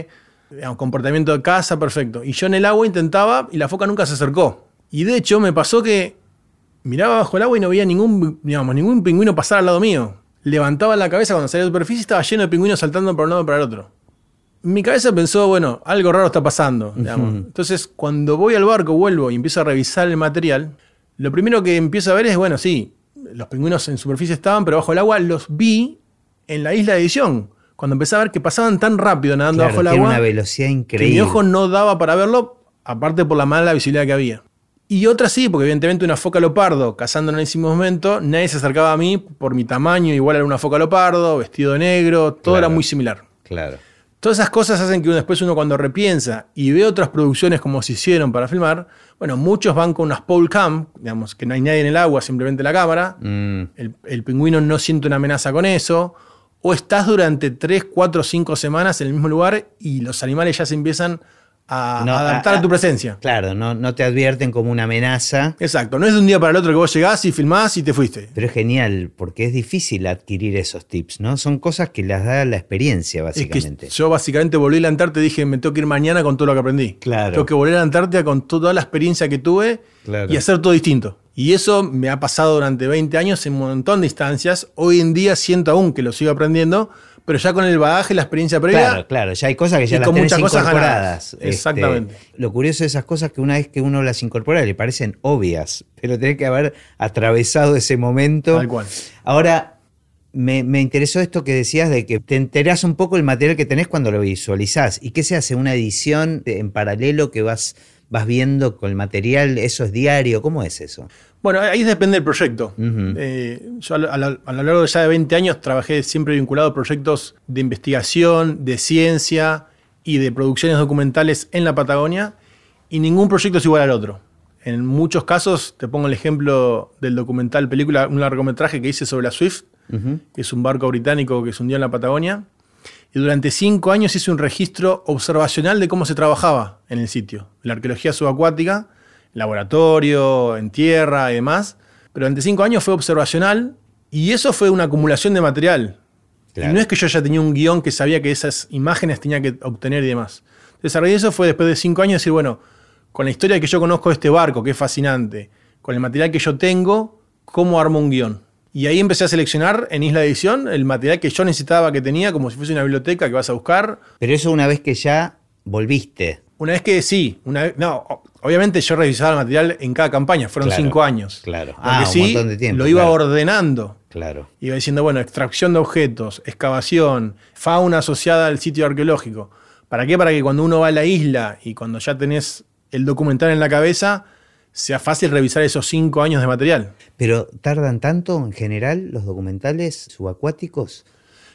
Speaker 2: Digamos, comportamiento de caza, perfecto. Y yo en el agua intentaba y la foca nunca se acercó. Y de hecho me pasó que miraba bajo el agua y no veía ningún, digamos, ningún pingüino pasar al lado mío. Levantaba la cabeza cuando salía a la superficie y estaba lleno de pingüinos saltando por un lado y para el otro. Mi cabeza pensó, bueno, algo raro está pasando. Digamos. Uh-huh. Entonces, cuando voy al barco, vuelvo y empiezo a revisar el material, lo primero que empiezo a ver es, bueno, sí, los pingüinos en superficie estaban, pero bajo el agua los vi en la isla de edición. Cuando empecé a ver que pasaban tan rápido nadando
Speaker 1: claro,
Speaker 2: bajo el
Speaker 1: tiene
Speaker 2: agua,
Speaker 1: una velocidad increíble.
Speaker 2: Que mi ojo no daba para verlo, aparte por la mala visibilidad que había. Y otra sí, porque evidentemente una foca leopardo cazando en ese momento, nadie se acercaba a mí por mi tamaño, igual era una foca leopardo, vestido de negro, todo
Speaker 1: claro,
Speaker 2: era muy similar.
Speaker 1: Claro.
Speaker 2: Todas esas cosas hacen que después uno cuando repiensa y ve otras producciones como se hicieron para filmar, bueno, muchos van con unas pole cam, digamos, que no hay nadie en el agua, simplemente la cámara, mm. el, el pingüino no siente una amenaza con eso, o estás durante tres, cuatro, cinco semanas en el mismo lugar y los animales ya se empiezan a no, adaptar a, a tu presencia.
Speaker 1: Claro, no, no te advierten como una amenaza.
Speaker 2: Exacto, no es de un día para el otro que vos llegás y filmás y te fuiste.
Speaker 1: Pero es genial, porque es difícil adquirir esos tips, ¿no? Son cosas que las da la experiencia, básicamente.
Speaker 2: Es que yo básicamente volví a la Antártida y dije, me tengo que ir mañana con todo lo que aprendí.
Speaker 1: Claro.
Speaker 2: Tengo que volver a la Antártida con toda la experiencia que tuve claro. y hacer todo distinto. Y eso me ha pasado durante veinte años en un montón de instancias. Hoy en día siento aún que lo sigo aprendiendo, pero ya con el bagaje, la experiencia previa.
Speaker 1: Claro, claro, ya hay cosas que ya las tenés incorporadas. Este,
Speaker 2: Exactamente.
Speaker 1: Lo curioso de esas cosas que una vez que uno las incorpora le parecen obvias, pero tenés que haber atravesado ese momento.
Speaker 2: Tal cual.
Speaker 1: Ahora, me, me interesó esto que decías de que te enterás un poco el material que tenés cuando lo visualizás. ¿Y qué se hace? ¿Una edición en paralelo que vas, vas viendo con el material? ¿Eso es diario? ¿Cómo es eso?
Speaker 2: Bueno, ahí depende del proyecto. Uh-huh. Eh, yo a lo, a, lo, a lo largo de ya de veinte años trabajé siempre vinculado a proyectos de investigación, de ciencia y de producciones documentales en la Patagonia, y ningún proyecto es igual al otro. En muchos casos, te pongo el ejemplo del documental, película, un largometraje que hice sobre la Swift, uh-huh. que es un barco británico que se hundió en la Patagonia, y durante cinco años hice un registro observacional de cómo se trabajaba en el sitio, la arqueología subacuática, laboratorio, en tierra y demás, pero durante cinco años fue observacional y eso fue una acumulación de material. Claro. Y no es que yo ya tenía un guión que sabía que esas imágenes tenía que obtener y demás. Entonces a raíz de eso fue después de cinco años decir, bueno, con la historia que yo conozco de este barco, que es fascinante, con el material que yo tengo, ¿cómo armo un guión? Y ahí empecé a seleccionar en Isla Edición el material que yo necesitaba, que tenía, como si fuese una biblioteca que vas a buscar.
Speaker 1: Pero eso una vez que ya volviste.
Speaker 2: Una vez que sí, una vez, no, obviamente yo revisaba el material en cada campaña, fueron claro, cinco años.
Speaker 1: Claro,
Speaker 2: Porque
Speaker 1: ah,
Speaker 2: sí,
Speaker 1: un montón de tiempo.
Speaker 2: Lo iba
Speaker 1: claro.
Speaker 2: ordenando.
Speaker 1: Claro.
Speaker 2: Iba diciendo, bueno, extracción de objetos, excavación, fauna asociada al sitio arqueológico. ¿Para qué? Para que cuando uno va a la isla y cuando ya tenés el documental en la cabeza, sea fácil revisar esos cinco años de material.
Speaker 1: ¿Pero tardan tanto en general los documentales subacuáticos?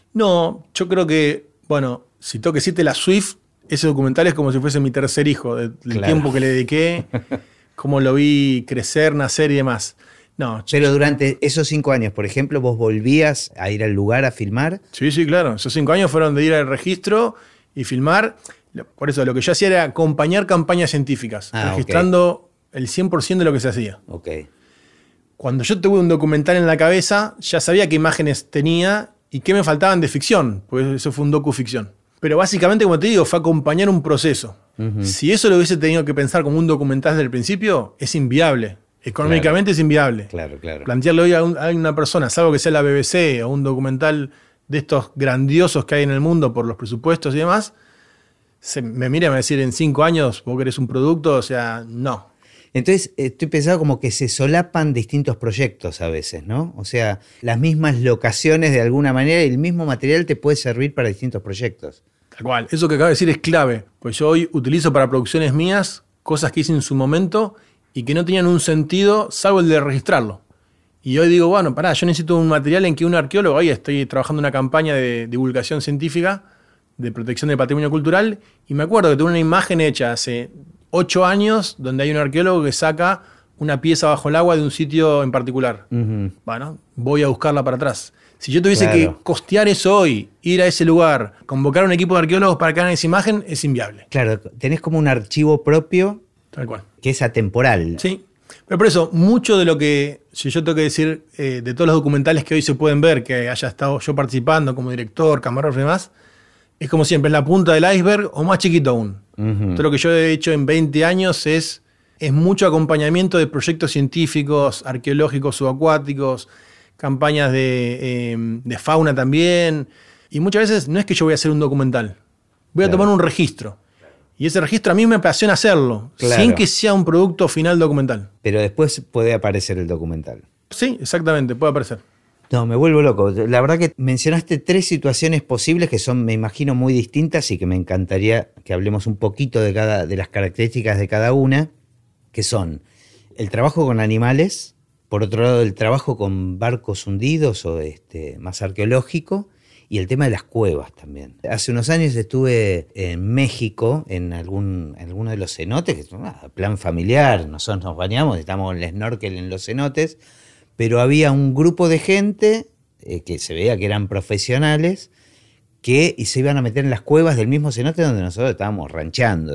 Speaker 2: No, yo creo que, bueno, si tengo que decirte la Swift, ese documental es como si fuese mi tercer hijo, del claro. tiempo que le dediqué, cómo lo vi crecer, nacer y demás. No,
Speaker 1: Pero durante esos cinco años, por ejemplo, ¿vos volvías a ir al lugar a filmar?
Speaker 2: Sí, sí, claro. Esos cinco años fueron de ir al registro y filmar. Por eso lo que yo hacía era acompañar campañas científicas, ah, registrando okay. el cien por ciento de lo que se hacía.
Speaker 1: Okay.
Speaker 2: Cuando yo tuve un documental en la cabeza, ya sabía qué imágenes tenía y qué me faltaban de ficción, porque eso fue un docuficción. Pero básicamente, como te digo, fue acompañar un proceso. Uh-huh. Si eso lo hubiese tenido que pensar como un documental desde el principio, es inviable. Económicamente
Speaker 1: claro.
Speaker 2: es inviable.
Speaker 1: Claro, claro.
Speaker 2: Plantearle hoy a, un, a una persona, salvo que sea la B B C o un documental de estos grandiosos que hay en el mundo por los presupuestos y demás, se me mira y me va a decir en cinco años vos querés un producto, o sea, no.
Speaker 1: Entonces, estoy pensando como que se solapan distintos proyectos a veces, ¿no? O sea, las mismas locaciones de alguna manera y el mismo material te puede servir para distintos proyectos.
Speaker 2: Tal cual. Eso que acabo de decir es clave. Pues yo hoy utilizo para producciones mías cosas que hice en su momento y que no tenían un sentido salvo el de registrarlo. Y hoy digo, bueno, pará, yo necesito un material en que un arqueólogo, hoy estoy trabajando en una campaña de divulgación científica de protección del patrimonio cultural y me acuerdo que tuve una imagen hecha hace ocho años donde hay un arqueólogo que saca una pieza bajo el agua de un sitio en particular. Uh-huh. Bueno, voy a buscarla para atrás. Si yo tuviese claro. que costear eso hoy, ir a ese lugar, convocar a un equipo de arqueólogos para que hagan esa imagen, es inviable.
Speaker 1: Claro, tenés como un archivo propio.
Speaker 2: Tal cual.
Speaker 1: Que es atemporal.
Speaker 2: Sí, pero por eso, mucho de lo que, si yo tengo que decir, eh, de todos los documentales que hoy se pueden ver, que haya estado yo participando como director, camarógrafo y demás, es como siempre, es la punta del iceberg o más chiquito aún.
Speaker 1: Uh-huh.
Speaker 2: Todo lo que yo he hecho en veinte años es, es mucho acompañamiento de proyectos científicos, arqueológicos, subacuáticos, campañas de, eh, de fauna también. Y muchas veces no es que yo voy a hacer un documental, voy a
Speaker 1: Claro.
Speaker 2: tomar un registro. Y ese registro a mí me apasiona hacerlo,
Speaker 1: Claro.
Speaker 2: sin que sea un producto final documental.
Speaker 1: Pero después puede aparecer el documental.
Speaker 2: Sí, exactamente, puede aparecer.
Speaker 1: No, me vuelvo loco. La verdad que mencionaste tres situaciones posibles que son, me imagino, muy distintas y que me encantaría que hablemos un poquito de, cada, de las características de cada una, que son el trabajo con animales, por otro lado el trabajo con barcos hundidos o este, más arqueológico, y el tema de las cuevas también. Hace unos años estuve en México, en algún, en alguno de los cenotes, que es un plan familiar, nosotros nos bañamos, estamos en el snorkel en los cenotes, pero había un grupo de gente eh, que se veía que eran profesionales que y se iban a meter en las cuevas del mismo cenote donde nosotros estábamos ranchando.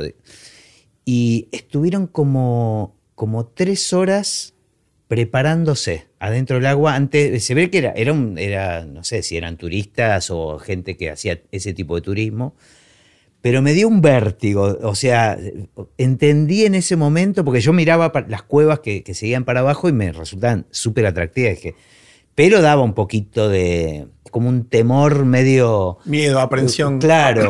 Speaker 1: Y estuvieron como, como tres horas preparándose adentro del agua. Antes, se ve que era, era, un, era, no sé si eran turistas o gente que hacía ese tipo de turismo, pero me dio un vértigo. O sea, entendí en ese momento, porque yo miraba las cuevas que, que seguían para abajo y me resultaban súper atractivas, pero daba un poquito de, como un temor medio...
Speaker 2: Miedo, aprensión.
Speaker 1: Claro,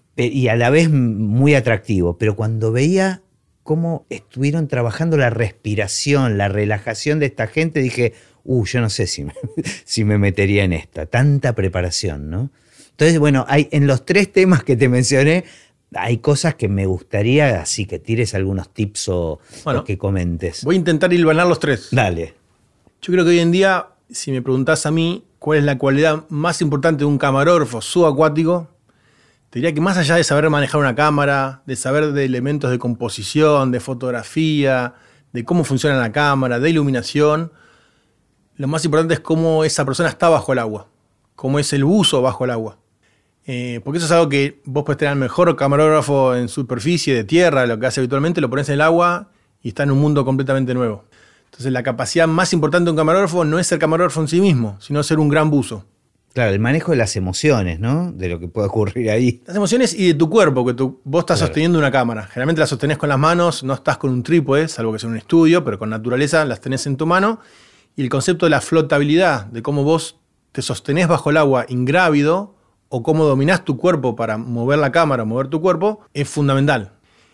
Speaker 1: y a la vez muy atractivo. Pero cuando veía cómo estuvieron trabajando la respiración, la relajación de esta gente, dije, uh, yo no sé si me, si me metería en esta, tanta preparación, ¿no? Entonces, bueno, hay, en los tres temas que te mencioné, hay cosas que me gustaría, así que tires algunos tips o,
Speaker 2: bueno,
Speaker 1: o que comentes.
Speaker 2: Voy a intentar hilvanar los tres.
Speaker 1: Dale.
Speaker 2: Yo creo que hoy en día, si me preguntás a mí cuál es la cualidad más importante de un camarógrafo subacuático, te diría que más allá de saber manejar una cámara, de saber de elementos de composición, de fotografía, de cómo funciona la cámara, de iluminación, lo más importante es cómo esa persona está bajo el agua, cómo es el buzo bajo el agua. Eh, porque eso es algo que vos podés tener el mejor camarógrafo en superficie, de tierra, lo que hace habitualmente, lo pones en el agua y está en un mundo completamente nuevo. Entonces la capacidad más importante de un camarógrafo no es ser camarógrafo en sí mismo, sino ser un gran buzo.
Speaker 1: Claro, el manejo de las emociones, ¿no? De lo que puede ocurrir ahí.
Speaker 2: Las emociones y de tu cuerpo, que tú, vos estás
Speaker 1: Claro.
Speaker 2: sosteniendo una cámara. Generalmente la sostenés con las manos, no estás con un trípode, salvo que sea un estudio, pero con naturaleza las tenés en tu mano. Y el concepto de la flotabilidad, de cómo vos te sostenés bajo el agua ingrávido, o cómo dominás tu cuerpo para mover la cámara, mover tu cuerpo, es fundamental.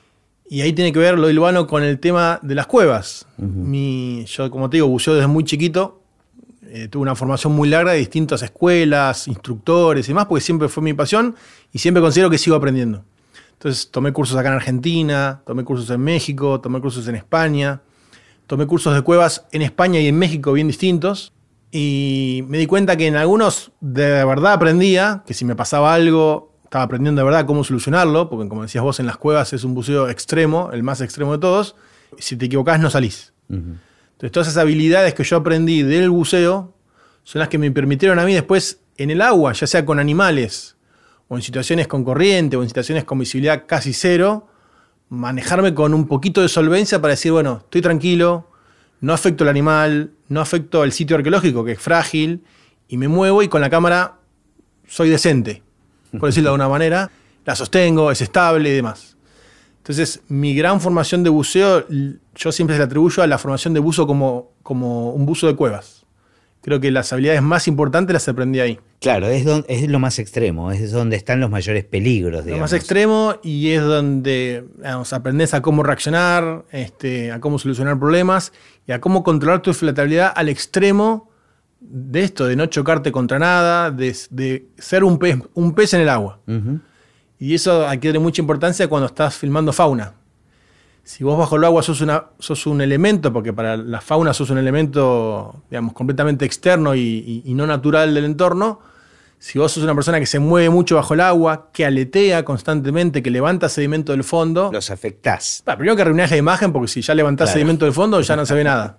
Speaker 2: Y ahí tiene que ver lo hilvano con el tema de las cuevas.
Speaker 1: Uh-huh.
Speaker 2: Mi, yo, como te digo, buceo desde muy chiquito. Eh, tuve una formación muy larga de distintas escuelas, instructores y demás, porque siempre fue mi pasión y siempre considero que sigo aprendiendo. Entonces tomé cursos acá en Argentina, tomé cursos en México, tomé cursos en España, tomé cursos de cuevas en España y en México bien distintos. Y me di cuenta que en algunos de verdad aprendía, que si me pasaba algo, estaba aprendiendo de verdad cómo solucionarlo, porque como decías vos, en las cuevas es un buceo extremo, el más extremo de todos. Si te equivocás no salís.
Speaker 1: Uh-huh.
Speaker 2: Entonces todas esas habilidades que yo aprendí del buceo son las que me permitieron a mí después en el agua, ya sea con animales o en situaciones con corriente o en situaciones con visibilidad casi cero, manejarme con un poquito de solvencia para decir, bueno, estoy tranquilo, no afecto al animal, no afecto al sitio arqueológico que es frágil y me muevo y con la cámara soy decente, por decirlo de alguna manera, la sostengo, es estable y demás. Entonces, mi gran formación de buceo, yo siempre se la atribuyo a la formación de buzo como, como un buzo de cuevas. Creo que las habilidades más importantes las aprendí ahí.
Speaker 1: Claro, es, donde, es lo más extremo, es donde están los mayores peligros, digamos.
Speaker 2: Lo más extremo y es donde digamos, aprendés a cómo reaccionar, este, a cómo solucionar problemas y a cómo controlar tu flotabilidad al extremo de esto, de no chocarte contra nada, de, de ser un pez, un pez en el agua.
Speaker 1: Uh-huh.
Speaker 2: Y eso adquiere mucha importancia cuando estás filmando fauna. Si vos bajo el agua sos, una, sos un elemento, porque para la fauna sos un elemento, digamos, completamente externo y, y, y no natural del entorno, si vos sos una persona que se mueve mucho bajo el agua, que aletea constantemente, que levanta sedimento del fondo...
Speaker 1: Los afectás.
Speaker 2: Bah, primero que arruinás la imagen, porque si ya levantás
Speaker 1: Claro.
Speaker 2: sedimento del fondo ya no se ve nada.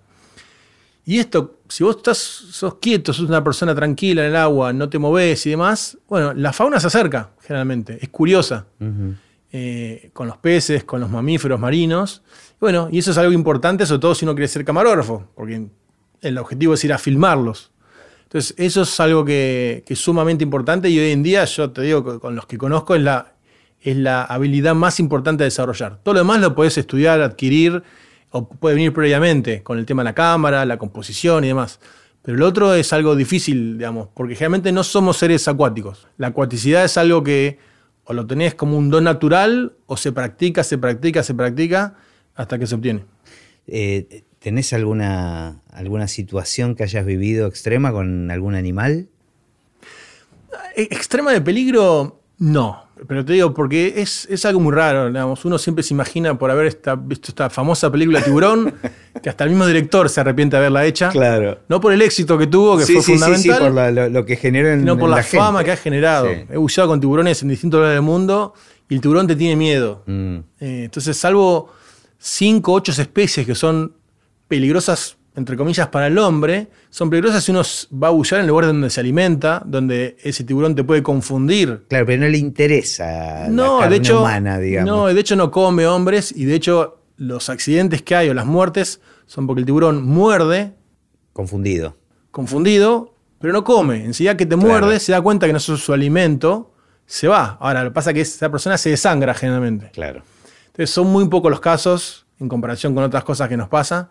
Speaker 2: Y esto, si vos estás, sos quieto, sos una persona tranquila en el agua, no te movés y demás, bueno, la fauna se acerca generalmente, es curiosa.
Speaker 1: Uh-huh.
Speaker 2: Eh, con los peces, con los mamíferos marinos. Y bueno, y eso es algo importante, sobre todo si uno quiere ser camarógrafo, porque el objetivo es ir a filmarlos. Entonces, eso es algo que, que es sumamente importante y hoy en día, yo te digo, con los que conozco, es la, es la habilidad más importante a desarrollar. Todo lo demás lo podés estudiar, adquirir, o puede venir previamente con el tema de la cámara, la composición y demás. Pero lo otro es algo difícil, digamos, porque generalmente no somos seres acuáticos. La acuaticidad es algo que o lo tenés como un don natural o se practica, se practica, se practica hasta que se obtiene.
Speaker 1: Eh, ¿Tenés alguna, alguna situación que hayas vivido extrema con algún animal?
Speaker 2: Extrema de peligro, no. Pero te digo, porque es, es algo muy raro, digamos. Uno siempre se imagina por haber esta, visto esta famosa película Tiburón, que hasta el mismo director se arrepiente de haberla hecha.
Speaker 1: Claro.
Speaker 2: No por el éxito que tuvo, que
Speaker 1: sí,
Speaker 2: fue
Speaker 1: sí,
Speaker 2: fundamental.
Speaker 1: Sí, sí, por la, lo, lo que generó en,
Speaker 2: sino por
Speaker 1: en
Speaker 2: la,
Speaker 1: la
Speaker 2: fama
Speaker 1: gente.
Speaker 2: que ha generado.
Speaker 1: Sí.
Speaker 2: He buceado con tiburones en distintos lugares del mundo y el tiburón te tiene miedo.
Speaker 1: Mm.
Speaker 2: Eh, entonces, salvo cinco, ocho especies que son peligrosas, entre comillas, para el hombre, son peligrosas si uno va a bucear en el lugar donde se alimenta, donde ese tiburón te puede confundir.
Speaker 1: Claro, pero no le interesa
Speaker 2: no,
Speaker 1: la carne
Speaker 2: de hecho,
Speaker 1: humana, digamos.
Speaker 2: No, de hecho no come hombres y de hecho los accidentes que hay o las muertes son porque el tiburón muerde.
Speaker 1: Confundido.
Speaker 2: Confundido, pero no come. Enseguida que te
Speaker 1: Claro.
Speaker 2: muerde, se da cuenta que no es su alimento, se va. Ahora, lo que pasa es que esa persona se desangra generalmente.
Speaker 1: Claro.
Speaker 2: Entonces son muy pocos los casos en comparación con otras cosas que nos pasa.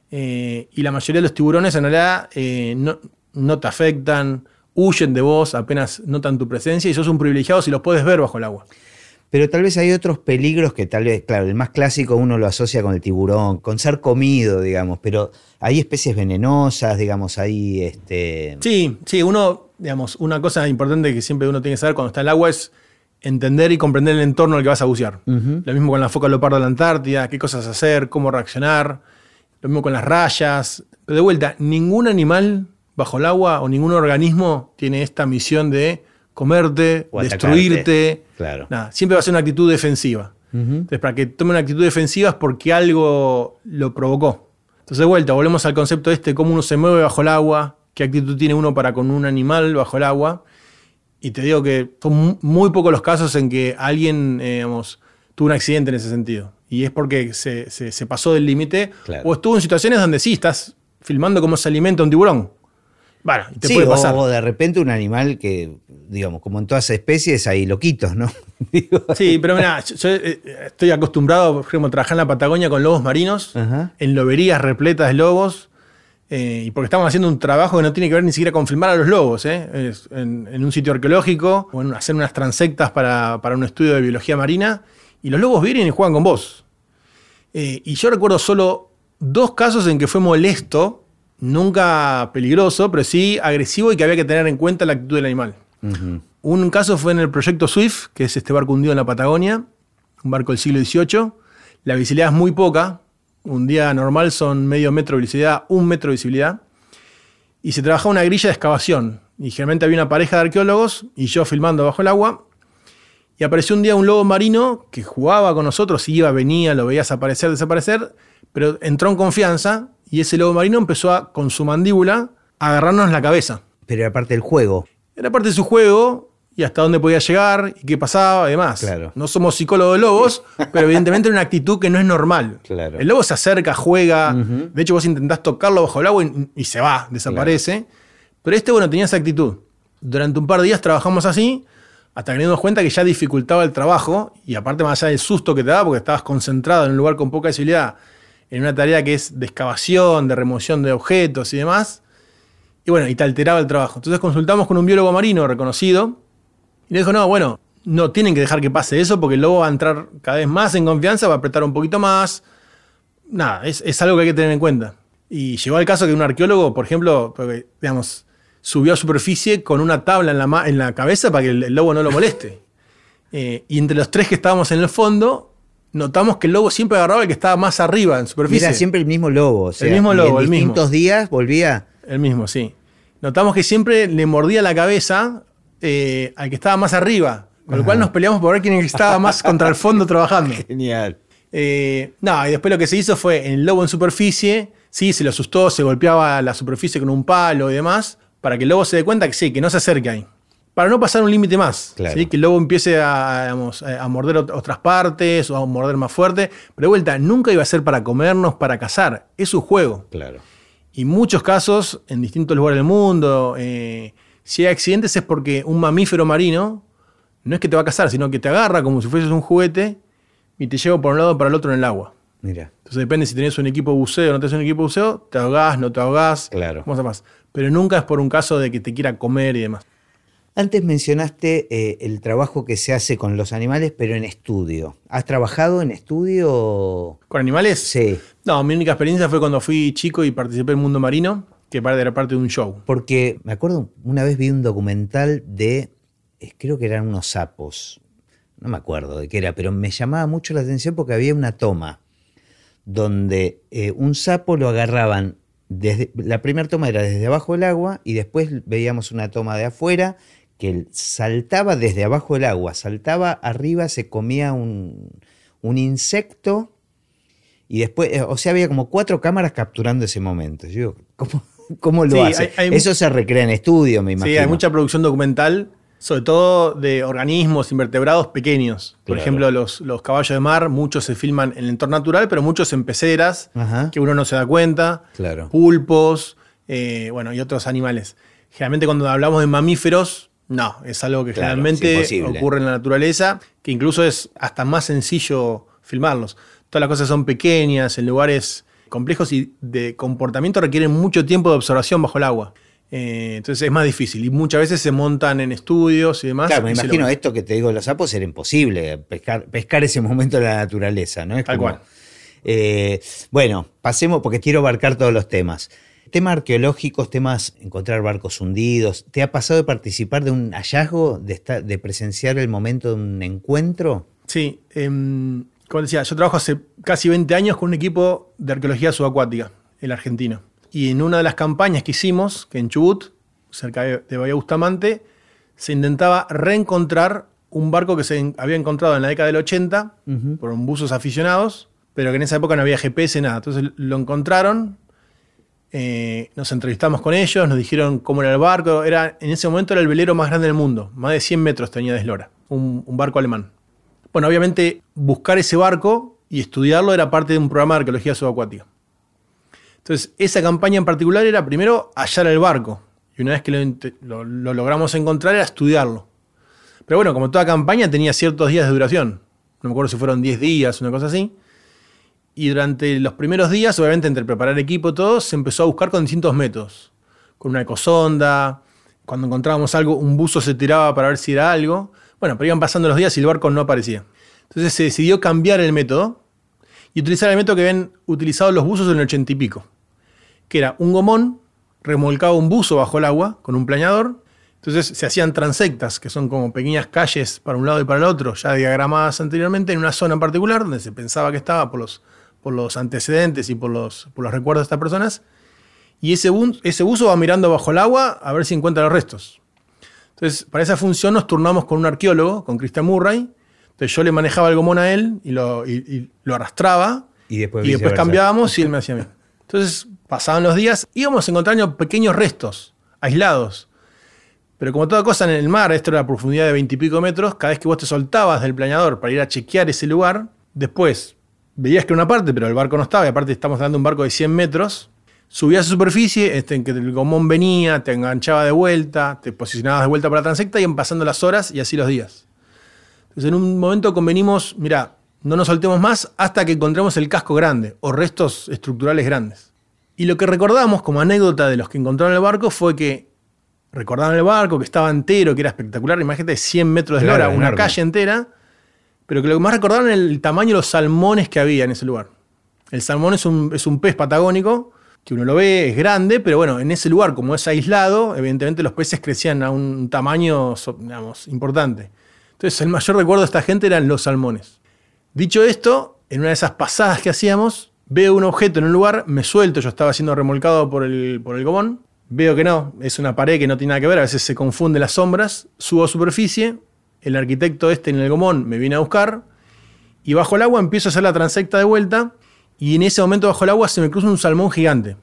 Speaker 2: Eh, y la mayoría de los tiburones en realidad eh, no, no te afectan, huyen de vos, apenas notan tu presencia y sos un privilegiado si los puedes ver bajo el agua.
Speaker 1: Pero tal vez hay otros peligros que tal vez, claro, el más clásico uno lo asocia con el tiburón, con ser comido, digamos, pero hay especies venenosas, digamos, hay este...
Speaker 2: Sí, sí, uno, digamos, una cosa importante que siempre uno tiene que saber cuando está en el agua es entender y comprender el entorno al que vas a bucear.
Speaker 1: Uh-huh.
Speaker 2: Lo mismo con la foca leopardo de la Antártida, qué cosas hacer, cómo reaccionar. Lo mismo con las rayas. Pero de vuelta, ningún animal bajo el agua o ningún organismo tiene esta misión de comerte,
Speaker 1: O
Speaker 2: destruirte.
Speaker 1: Claro.
Speaker 2: Nada, siempre va a ser una actitud defensiva.
Speaker 1: Uh-huh.
Speaker 2: Entonces, para que tome una actitud defensiva es porque algo lo provocó. Entonces, de vuelta, volvemos al concepto este de cómo uno se mueve bajo el agua, qué actitud tiene uno para con un animal bajo el agua. Y te digo que son muy pocos los casos en que alguien, eh, digamos, tuvo un accidente en ese sentido. Y es porque se, se, se pasó del límite.
Speaker 1: Claro.
Speaker 2: O estuvo en situaciones donde sí, estás filmando cómo se alimenta un tiburón. Bueno, y te
Speaker 1: sí,
Speaker 2: puede pasar.
Speaker 1: O de repente un animal que, digamos, como en todas especies hay loquitos, ¿no? Digo,
Speaker 2: Sí, pero mira, yo, yo eh, estoy acostumbrado, por ejemplo, a trabajar en la Patagonia con lobos marinos,
Speaker 1: Ajá.
Speaker 2: en loberías repletas de lobos, eh, y porque estamos haciendo un trabajo que no tiene que ver ni siquiera con filmar a los lobos, ¿eh? Es en, en un sitio arqueológico, o en hacer unas transectas para, para un estudio de biología marina, y los lobos vienen y juegan con vos. Eh, y yo recuerdo solo dos casos en que fue molesto, nunca peligroso, pero sí agresivo y que había que tener en cuenta la actitud del animal.
Speaker 1: uh-huh.
Speaker 2: Un caso fue en el proyecto Swift, que es este barco hundido en la Patagonia, un barco del siglo dieciocho. La visibilidad es muy poca, un día normal son medio metro de visibilidad, un metro de visibilidad, y se trabajaba una grilla de excavación. Y generalmente había una pareja de arqueólogos y yo filmando bajo el agua. Y apareció un día un lobo marino que jugaba con nosotros, iba, venía, lo veías aparecer, desaparecer, pero entró en confianza y ese lobo marino empezó a, con su mandíbula, a agarrarnos la cabeza.
Speaker 1: Pero era parte del juego.
Speaker 2: Era parte de su juego y hasta dónde podía llegar y qué pasaba y demás.
Speaker 1: Claro.
Speaker 2: No somos psicólogos de lobos, pero evidentemente era una actitud que no es normal.
Speaker 1: Claro.
Speaker 2: El lobo se acerca, juega,
Speaker 1: Uh-huh.
Speaker 2: de hecho vos intentás tocarlo bajo el agua y, y se va, desaparece. Claro. Pero este, bueno, tenía esa actitud. Durante un par de días trabajamos así, hasta que nos dimos cuenta que ya dificultaba el trabajo, y aparte más allá del susto que te daba, porque estabas concentrado en un lugar con poca visibilidad, en una tarea que es de excavación, de remoción de objetos y demás, y bueno, y te alteraba el trabajo. Entonces consultamos con un biólogo marino reconocido, y le dijo, no, bueno, no tienen que dejar que pase eso, porque el lobo va a entrar cada vez más en confianza, va a apretar un poquito más. Nada, es, es algo que hay que tener en cuenta. Y llegó al caso que un arqueólogo, por ejemplo, porque, digamos, subió a superficie con una tabla en la, ma- en la cabeza para que el, el lobo no lo moleste. Eh, y entre los tres que estábamos en el fondo, notamos que el lobo siempre agarraba el que estaba más arriba en superficie.
Speaker 1: Era siempre el mismo lobo. O sea,
Speaker 2: El mismo
Speaker 1: y
Speaker 2: lobo,
Speaker 1: en
Speaker 2: el mismo.
Speaker 1: distintos días volvía.
Speaker 2: El mismo, sí. Notamos que siempre le mordía la cabeza eh, al que estaba más arriba, con lo
Speaker 1: Ajá.
Speaker 2: cual nos peleamos por ver quién estaba más contra el fondo trabajando.
Speaker 1: Genial.
Speaker 2: Eh, no, y después lo que se hizo fue el lobo en superficie, sí, se lo asustó, se golpeaba la superficie con un palo y demás, para que el lobo se dé cuenta que sí, que no se acerque ahí. Para no pasar un límite más,
Speaker 1: Claro.
Speaker 2: ¿sí? Que el lobo empiece a, digamos, a morder ot- otras partes o a morder más fuerte. Pero de vuelta, nunca iba a ser para comernos, para cazar. Es su juego.
Speaker 1: Claro.
Speaker 2: Y muchos casos, en distintos lugares del mundo, eh, si hay accidentes es porque un mamífero marino no es que te va a cazar, sino que te agarra como si fueses un juguete y te lleva por un lado o para el otro en el agua.
Speaker 1: Mira.
Speaker 2: Entonces depende si tenés un equipo de buceo o no tenés un equipo de buceo, te ahogás, no te ahogás,
Speaker 1: claro.
Speaker 2: ¿Cómo se llama? Pero nunca es por un caso de que te quiera comer y demás.
Speaker 1: Antes mencionaste eh, el trabajo que se hace con los animales, pero en estudio. ¿Has trabajado en estudio?
Speaker 2: ¿Con animales?
Speaker 1: Sí.
Speaker 2: No, mi única experiencia fue cuando fui chico y participé en Mundo Marino, que era parte de un show.
Speaker 1: Porque me acuerdo, una vez vi un documental de, eh, creo que eran unos sapos, no me acuerdo de qué era, pero me llamaba mucho la atención porque había una toma donde eh, un sapo lo agarraban, desde, la primera toma era desde abajo del agua y después veíamos una toma de afuera que él saltaba desde abajo del agua, saltaba arriba, se comía un, un insecto y después, o sea, había como cuatro cámaras capturando ese momento. Yo digo, ¿cómo, cómo lo
Speaker 2: sí,
Speaker 1: hace?
Speaker 2: Hay, hay,
Speaker 1: Eso se recrea en estudio, me imagino.
Speaker 2: Sí, hay mucha producción documental, sobre todo de organismos invertebrados pequeños. Por claro. ejemplo, los, los caballos de mar, muchos se filman en el entorno natural, pero muchos en peceras, Ajá. que uno no se da cuenta.
Speaker 1: Claro.
Speaker 2: Pulpos, eh, bueno, y otros animales. Generalmente cuando hablamos de mamíferos, no, es algo que claro, generalmente ocurre en la naturaleza, que incluso es hasta más sencillo filmarlos. Todas las cosas son pequeñas, en lugares complejos y de comportamiento requieren mucho tiempo de observación bajo el agua. Eh, entonces es más difícil y muchas veces se montan en estudios y demás.
Speaker 1: Claro, me
Speaker 2: y
Speaker 1: imagino esto que te digo de los sapos era imposible, pescar, pescar ese momento de la naturaleza, ¿no? Es
Speaker 2: Tal
Speaker 1: como,
Speaker 2: cual.
Speaker 1: Eh, bueno, pasemos porque quiero abarcar todos los temas. Temas arqueológicos, temas encontrar barcos hundidos. ¿Te ha pasado de participar de un hallazgo, de, estar, de presenciar el momento de un encuentro?
Speaker 2: Sí, eh, como decía, yo trabajo hace casi veinte años con un equipo de arqueología subacuática, el argentino. Y en una de las campañas que hicimos, que en Chubut, cerca de Bahía Bustamante, se intentaba reencontrar un barco que se había encontrado en la década del ochenta uh-huh. por buzos aficionados, pero que en esa época no había G P S, nada. Entonces lo encontraron, eh, nos entrevistamos con ellos, nos dijeron cómo era el barco. Era, en ese momento era el velero más grande del mundo, más de cien metros tenía de eslora, un, un barco alemán. Bueno, obviamente buscar ese barco y estudiarlo era parte de un programa de arqueología subacuática. Entonces, esa campaña en particular era primero hallar el barco. Y una vez que lo, lo, lo logramos encontrar, era estudiarlo. Pero bueno, como toda campaña tenía ciertos días de duración. No me acuerdo si fueron diez días, una cosa así. Y durante los primeros días, obviamente, entre preparar equipo y todo, se empezó a buscar con distintos métodos. Con una ecosonda. Cuando encontrábamos algo, un buzo se tiraba para ver si era algo. Bueno, pero iban pasando los días y el barco no aparecía. Entonces se decidió cambiar el método y utilizar el método que habían utilizado los buzos en el ochenta y pico. Que era un gomón, remolcaba un buzo bajo el agua con un plañador. Entonces se hacían transectas, que son como pequeñas calles para un lado y para el otro, ya diagramadas anteriormente, en una zona en particular donde se pensaba que estaba por los, por los antecedentes y por los, por los recuerdos de estas personas. Y ese, bu- ese buzo va mirando bajo el agua a ver si encuentra los restos. Entonces, para esa función nos turnamos con un arqueólogo, con Christian Murray. Entonces yo le manejaba el gomón a él y lo, y, y lo arrastraba.
Speaker 1: Y después,
Speaker 2: y después cambiábamos y él me hacía a mí. Entonces pasaban los días, íbamos encontrando pequeños restos, aislados. Pero como toda cosa en el mar, esto era a profundidad de veintipico metros, cada vez que vos te soltabas del plañador para ir a chequear ese lugar, después veías que era una parte, pero el barco no estaba, y aparte estamos hablando de un barco de cien metros, subías a su superficie, este, en que el gomón venía, te enganchaba de vuelta, te posicionabas de vuelta para la transecta, y iban pasando las horas y así los días. Entonces en un momento convenimos, mirá, no nos soltemos más hasta que encontremos el casco grande o restos estructurales grandes. Y lo que recordamos como anécdota de los que encontraron el barco fue que recordaban el barco, que estaba entero, que era espectacular, imagínate cien metros de eslora, claro, una calle entera, pero que lo que más recordaron era el tamaño de los salmones que había en ese lugar. El salmón es un, es un pez patagónico, que uno lo ve, es grande, pero bueno, en ese lugar, como es aislado, evidentemente los peces crecían a un tamaño, digamos, importante. Entonces el mayor recuerdo de esta gente eran los salmones. Dicho esto, en una de esas pasadas que hacíamos, veo un objeto en un lugar, me suelto, yo estaba siendo remolcado por el, por el gomón, veo que no, es una pared que no tiene nada que ver, a veces se confunden las sombras, subo a superficie, el arquitecto este en el gomón me viene a buscar, y bajo el agua empiezo a hacer la transecta de vuelta, y en ese momento bajo el agua se me cruza un salmón gigante.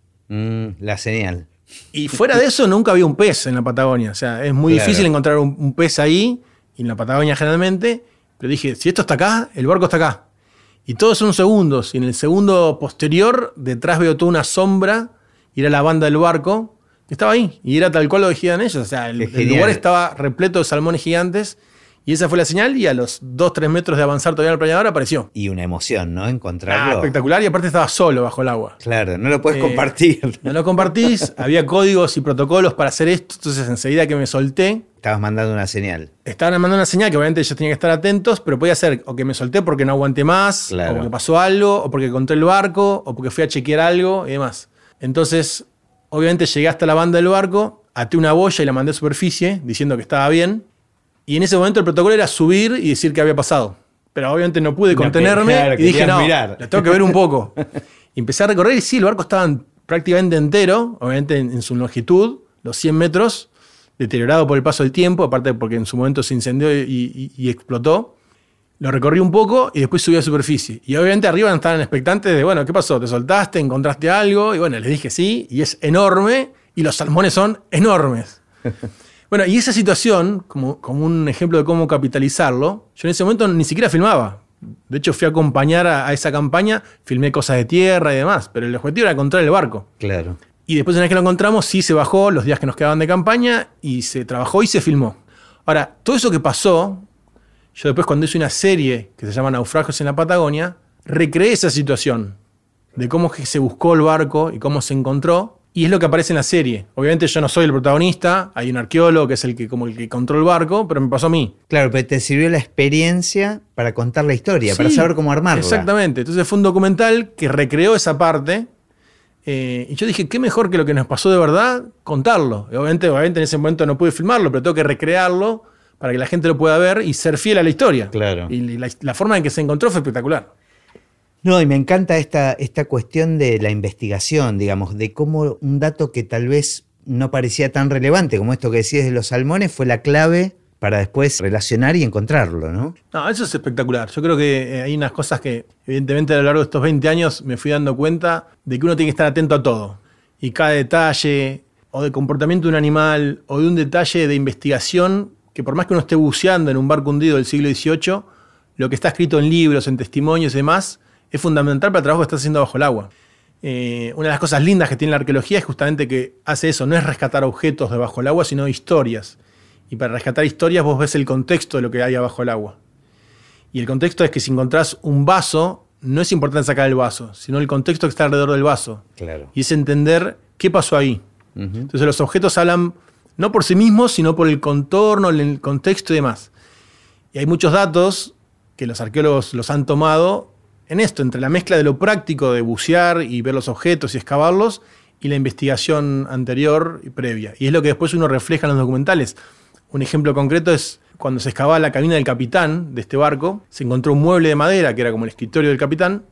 Speaker 1: Mm, la señal.
Speaker 2: Y fuera de eso nunca había un pez en la Patagonia, o sea, es muy claro. difícil encontrar un, un pez ahí, y en la Patagonia generalmente, pero dije, si esto está acá, el barco está acá. Y todos son segundos, y en el segundo posterior, detrás veo toda una sombra y era la banda del barco que estaba ahí, y era tal cual lo dijeron ellos. O sea, el, el lugar estaba repleto de salmones gigantes, y esa fue la señal, y a los dos tres metros de avanzar todavía en el planeador apareció.
Speaker 1: Y una emoción, ¿no? Encontrarlo.
Speaker 2: Ah, espectacular, y aparte estaba solo bajo el agua.
Speaker 1: Claro, no lo puedes
Speaker 2: Eh,
Speaker 1: compartir.
Speaker 2: No lo compartís, había códigos y protocolos para hacer esto, entonces enseguida que me solté,
Speaker 1: Estabas mandando una señal.
Speaker 2: estaban mandando una señal que obviamente ellos tenían que estar atentos, pero podía ser o que me solté porque no aguanté más,
Speaker 1: Claro.
Speaker 2: o porque pasó algo, o porque encontré el barco, o porque fui a chequear algo y demás. Entonces, obviamente llegué hasta la banda del barco, até una boya y la mandé a superficie diciendo que estaba bien. Y en ese momento el protocolo era subir y decir qué había pasado. Pero obviamente no pude contenerme,
Speaker 1: claro,
Speaker 2: y dije, no,
Speaker 1: mirar.
Speaker 2: la tengo que ver un poco. Y empecé a recorrer y sí, el barco estaba prácticamente entero, obviamente en, en su longitud, los cien metros, deteriorado por el paso del tiempo, aparte porque en su momento se incendió y, y- y explotó. Lo recorrí un poco y después subí a superficie. Y obviamente arriba estaban expectantes de, bueno, ¿qué pasó? ¿Te soltaste? ¿Encontraste algo? Y bueno, les dije sí, y es enorme, y los salmones son enormes. Bueno, y esa situación, como, como un ejemplo de cómo capitalizarlo, yo en ese momento ni siquiera filmaba. De hecho, fui a acompañar a, a esa campaña, filmé cosas de tierra y demás, pero el objetivo era encontrar el barco.
Speaker 1: Claro.
Speaker 2: Y después, una vez que lo encontramos, sí se bajó los días que nos quedaban de campaña y se trabajó y se filmó. Ahora, todo eso que pasó, yo después cuando hice una serie que se llama Naufragios en la Patagonia, recreé esa situación de cómo que se buscó el barco y cómo se encontró. Y es lo que aparece en la serie. Obviamente yo no soy el protagonista, hay un arqueólogo que es el que como el que encontró el barco, pero me pasó a mí.
Speaker 1: Claro, pero te sirvió la experiencia para contar la historia,
Speaker 2: Sí,
Speaker 1: para saber cómo armarla.
Speaker 2: Exactamente. Entonces fue un documental que recreó esa parte. Eh, y yo dije, qué mejor que lo que nos pasó de verdad, contarlo. Y obviamente, obviamente en ese momento no pude filmarlo, pero tengo que recrearlo para que la gente lo pueda ver y ser fiel a la historia.
Speaker 1: Claro.
Speaker 2: Y la, la forma en que se encontró fue espectacular.
Speaker 1: No, y me encanta esta, esta cuestión de la investigación, digamos, de cómo un dato que tal vez no parecía tan relevante como esto que decías de los salmones fue la clave para después relacionar y encontrarlo, ¿no?
Speaker 2: No, eso es espectacular. Yo creo que eh, hay unas cosas que, evidentemente, a lo largo de estos veinte años me fui dando cuenta de que uno tiene que estar atento a todo. Y cada detalle, o de comportamiento de un animal, o de un detalle de investigación, que por más que uno esté buceando en un barco hundido del siglo dieciocho, lo que está escrito en libros, en testimonios y demás, es fundamental para el trabajo que está haciendo bajo el agua. Eh, una de las cosas lindas que tiene la arqueología es justamente que hace eso, no es rescatar objetos debajo del agua, sino historias. Y para rescatar historias vos ves el contexto de lo que hay abajo del agua. Y el contexto es que si encontrás un vaso, no es importante sacar el vaso, sino el contexto que está alrededor del vaso.
Speaker 1: Claro.
Speaker 2: Y es entender qué pasó ahí.
Speaker 1: Uh-huh.
Speaker 2: Entonces los objetos hablan no por sí mismos, sino por el contorno, el contexto y demás. Y hay muchos datos que los arqueólogos los han tomado en esto, entre la mezcla de lo práctico de bucear y ver los objetos y excavarlos, y la investigación anterior y previa. Y es lo que después uno refleja en los documentales. Un ejemplo concreto es cuando se excavaba la cabina del capitán de este barco, se encontró un mueble de madera que era como el escritorio del capitán,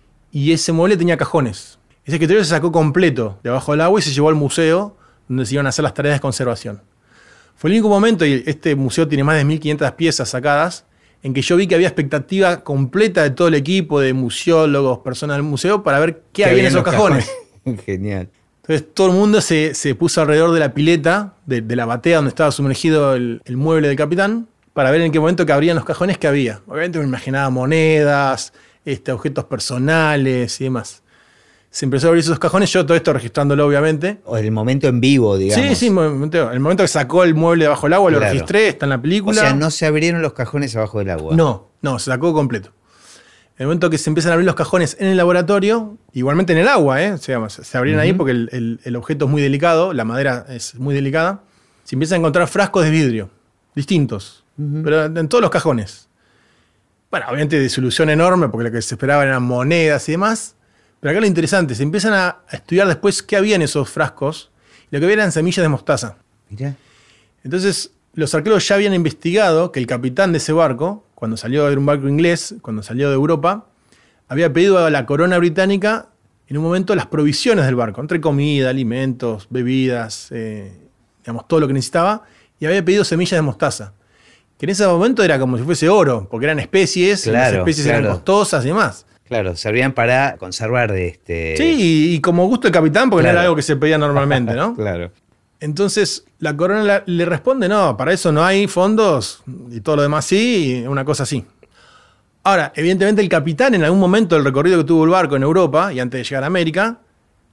Speaker 2: y ese mueble tenía cajones. Ese escritorio se sacó completo de abajo del agua y se llevó al museo donde se iban a hacer las tareas de conservación. Fue el único momento, y este museo tiene más de mil quinientas piezas sacadas, en que yo vi que había expectativa completa de todo el equipo, de museólogos, personas del museo, para ver qué había en esos cajones.
Speaker 1: cajones. Genial.
Speaker 2: Entonces todo el mundo se, se puso alrededor de la pileta, de, de la batea donde estaba sumergido el, el mueble del capitán, para ver en qué momento que abrían los cajones que había. Obviamente me imaginaba monedas, este, objetos personales y demás. Se empezó a abrir esos cajones, yo todo esto registrándolo obviamente.
Speaker 1: O el momento en vivo, digamos.
Speaker 2: Sí, sí, momento, el momento que sacó el mueble debajo del agua,
Speaker 1: Claro.
Speaker 2: lo registré, está en la película.
Speaker 1: O sea, no se abrieron los cajones abajo del agua.
Speaker 2: No, no, se sacó completo. En el momento que se empiezan a abrir los cajones en el laboratorio, igualmente en el agua, ¿eh? O sea, se abrieron uh-huh. ahí porque el, el, el objeto es muy delicado, la madera es muy delicada. Se empiezan a encontrar frascos de vidrio, distintos, uh-huh. pero en todos los cajones. Bueno, obviamente disolución enorme porque lo que se esperaba eran monedas y demás. Pero acá lo interesante, se empiezan a estudiar después qué había en esos frascos. Y lo que había eran semillas de mostaza.
Speaker 1: Mirá.
Speaker 2: Entonces, los arqueólogos ya habían investigado que el capitán de ese barco, cuando salió de un barco inglés, cuando salió de Europa, había pedido a la corona británica en un momento las provisiones del barco, entre comida, alimentos, bebidas, eh, digamos, todo lo que necesitaba, y había pedido semillas de mostaza. Que en ese momento era como si fuese oro, porque eran especies,
Speaker 1: claro,
Speaker 2: y las especies
Speaker 1: claro.
Speaker 2: eran costosas y demás.
Speaker 1: Claro, servían para conservar de este...
Speaker 2: Sí, y, y como gusto del capitán, porque claro. no era algo que se pedía normalmente, ¿no?
Speaker 1: Claro.
Speaker 2: Entonces, la corona la, le responde, no, para eso no hay fondos, y todo lo demás sí, y una cosa así. Ahora, evidentemente el capitán, en algún momento del recorrido que tuvo el barco en Europa, y antes de llegar a América,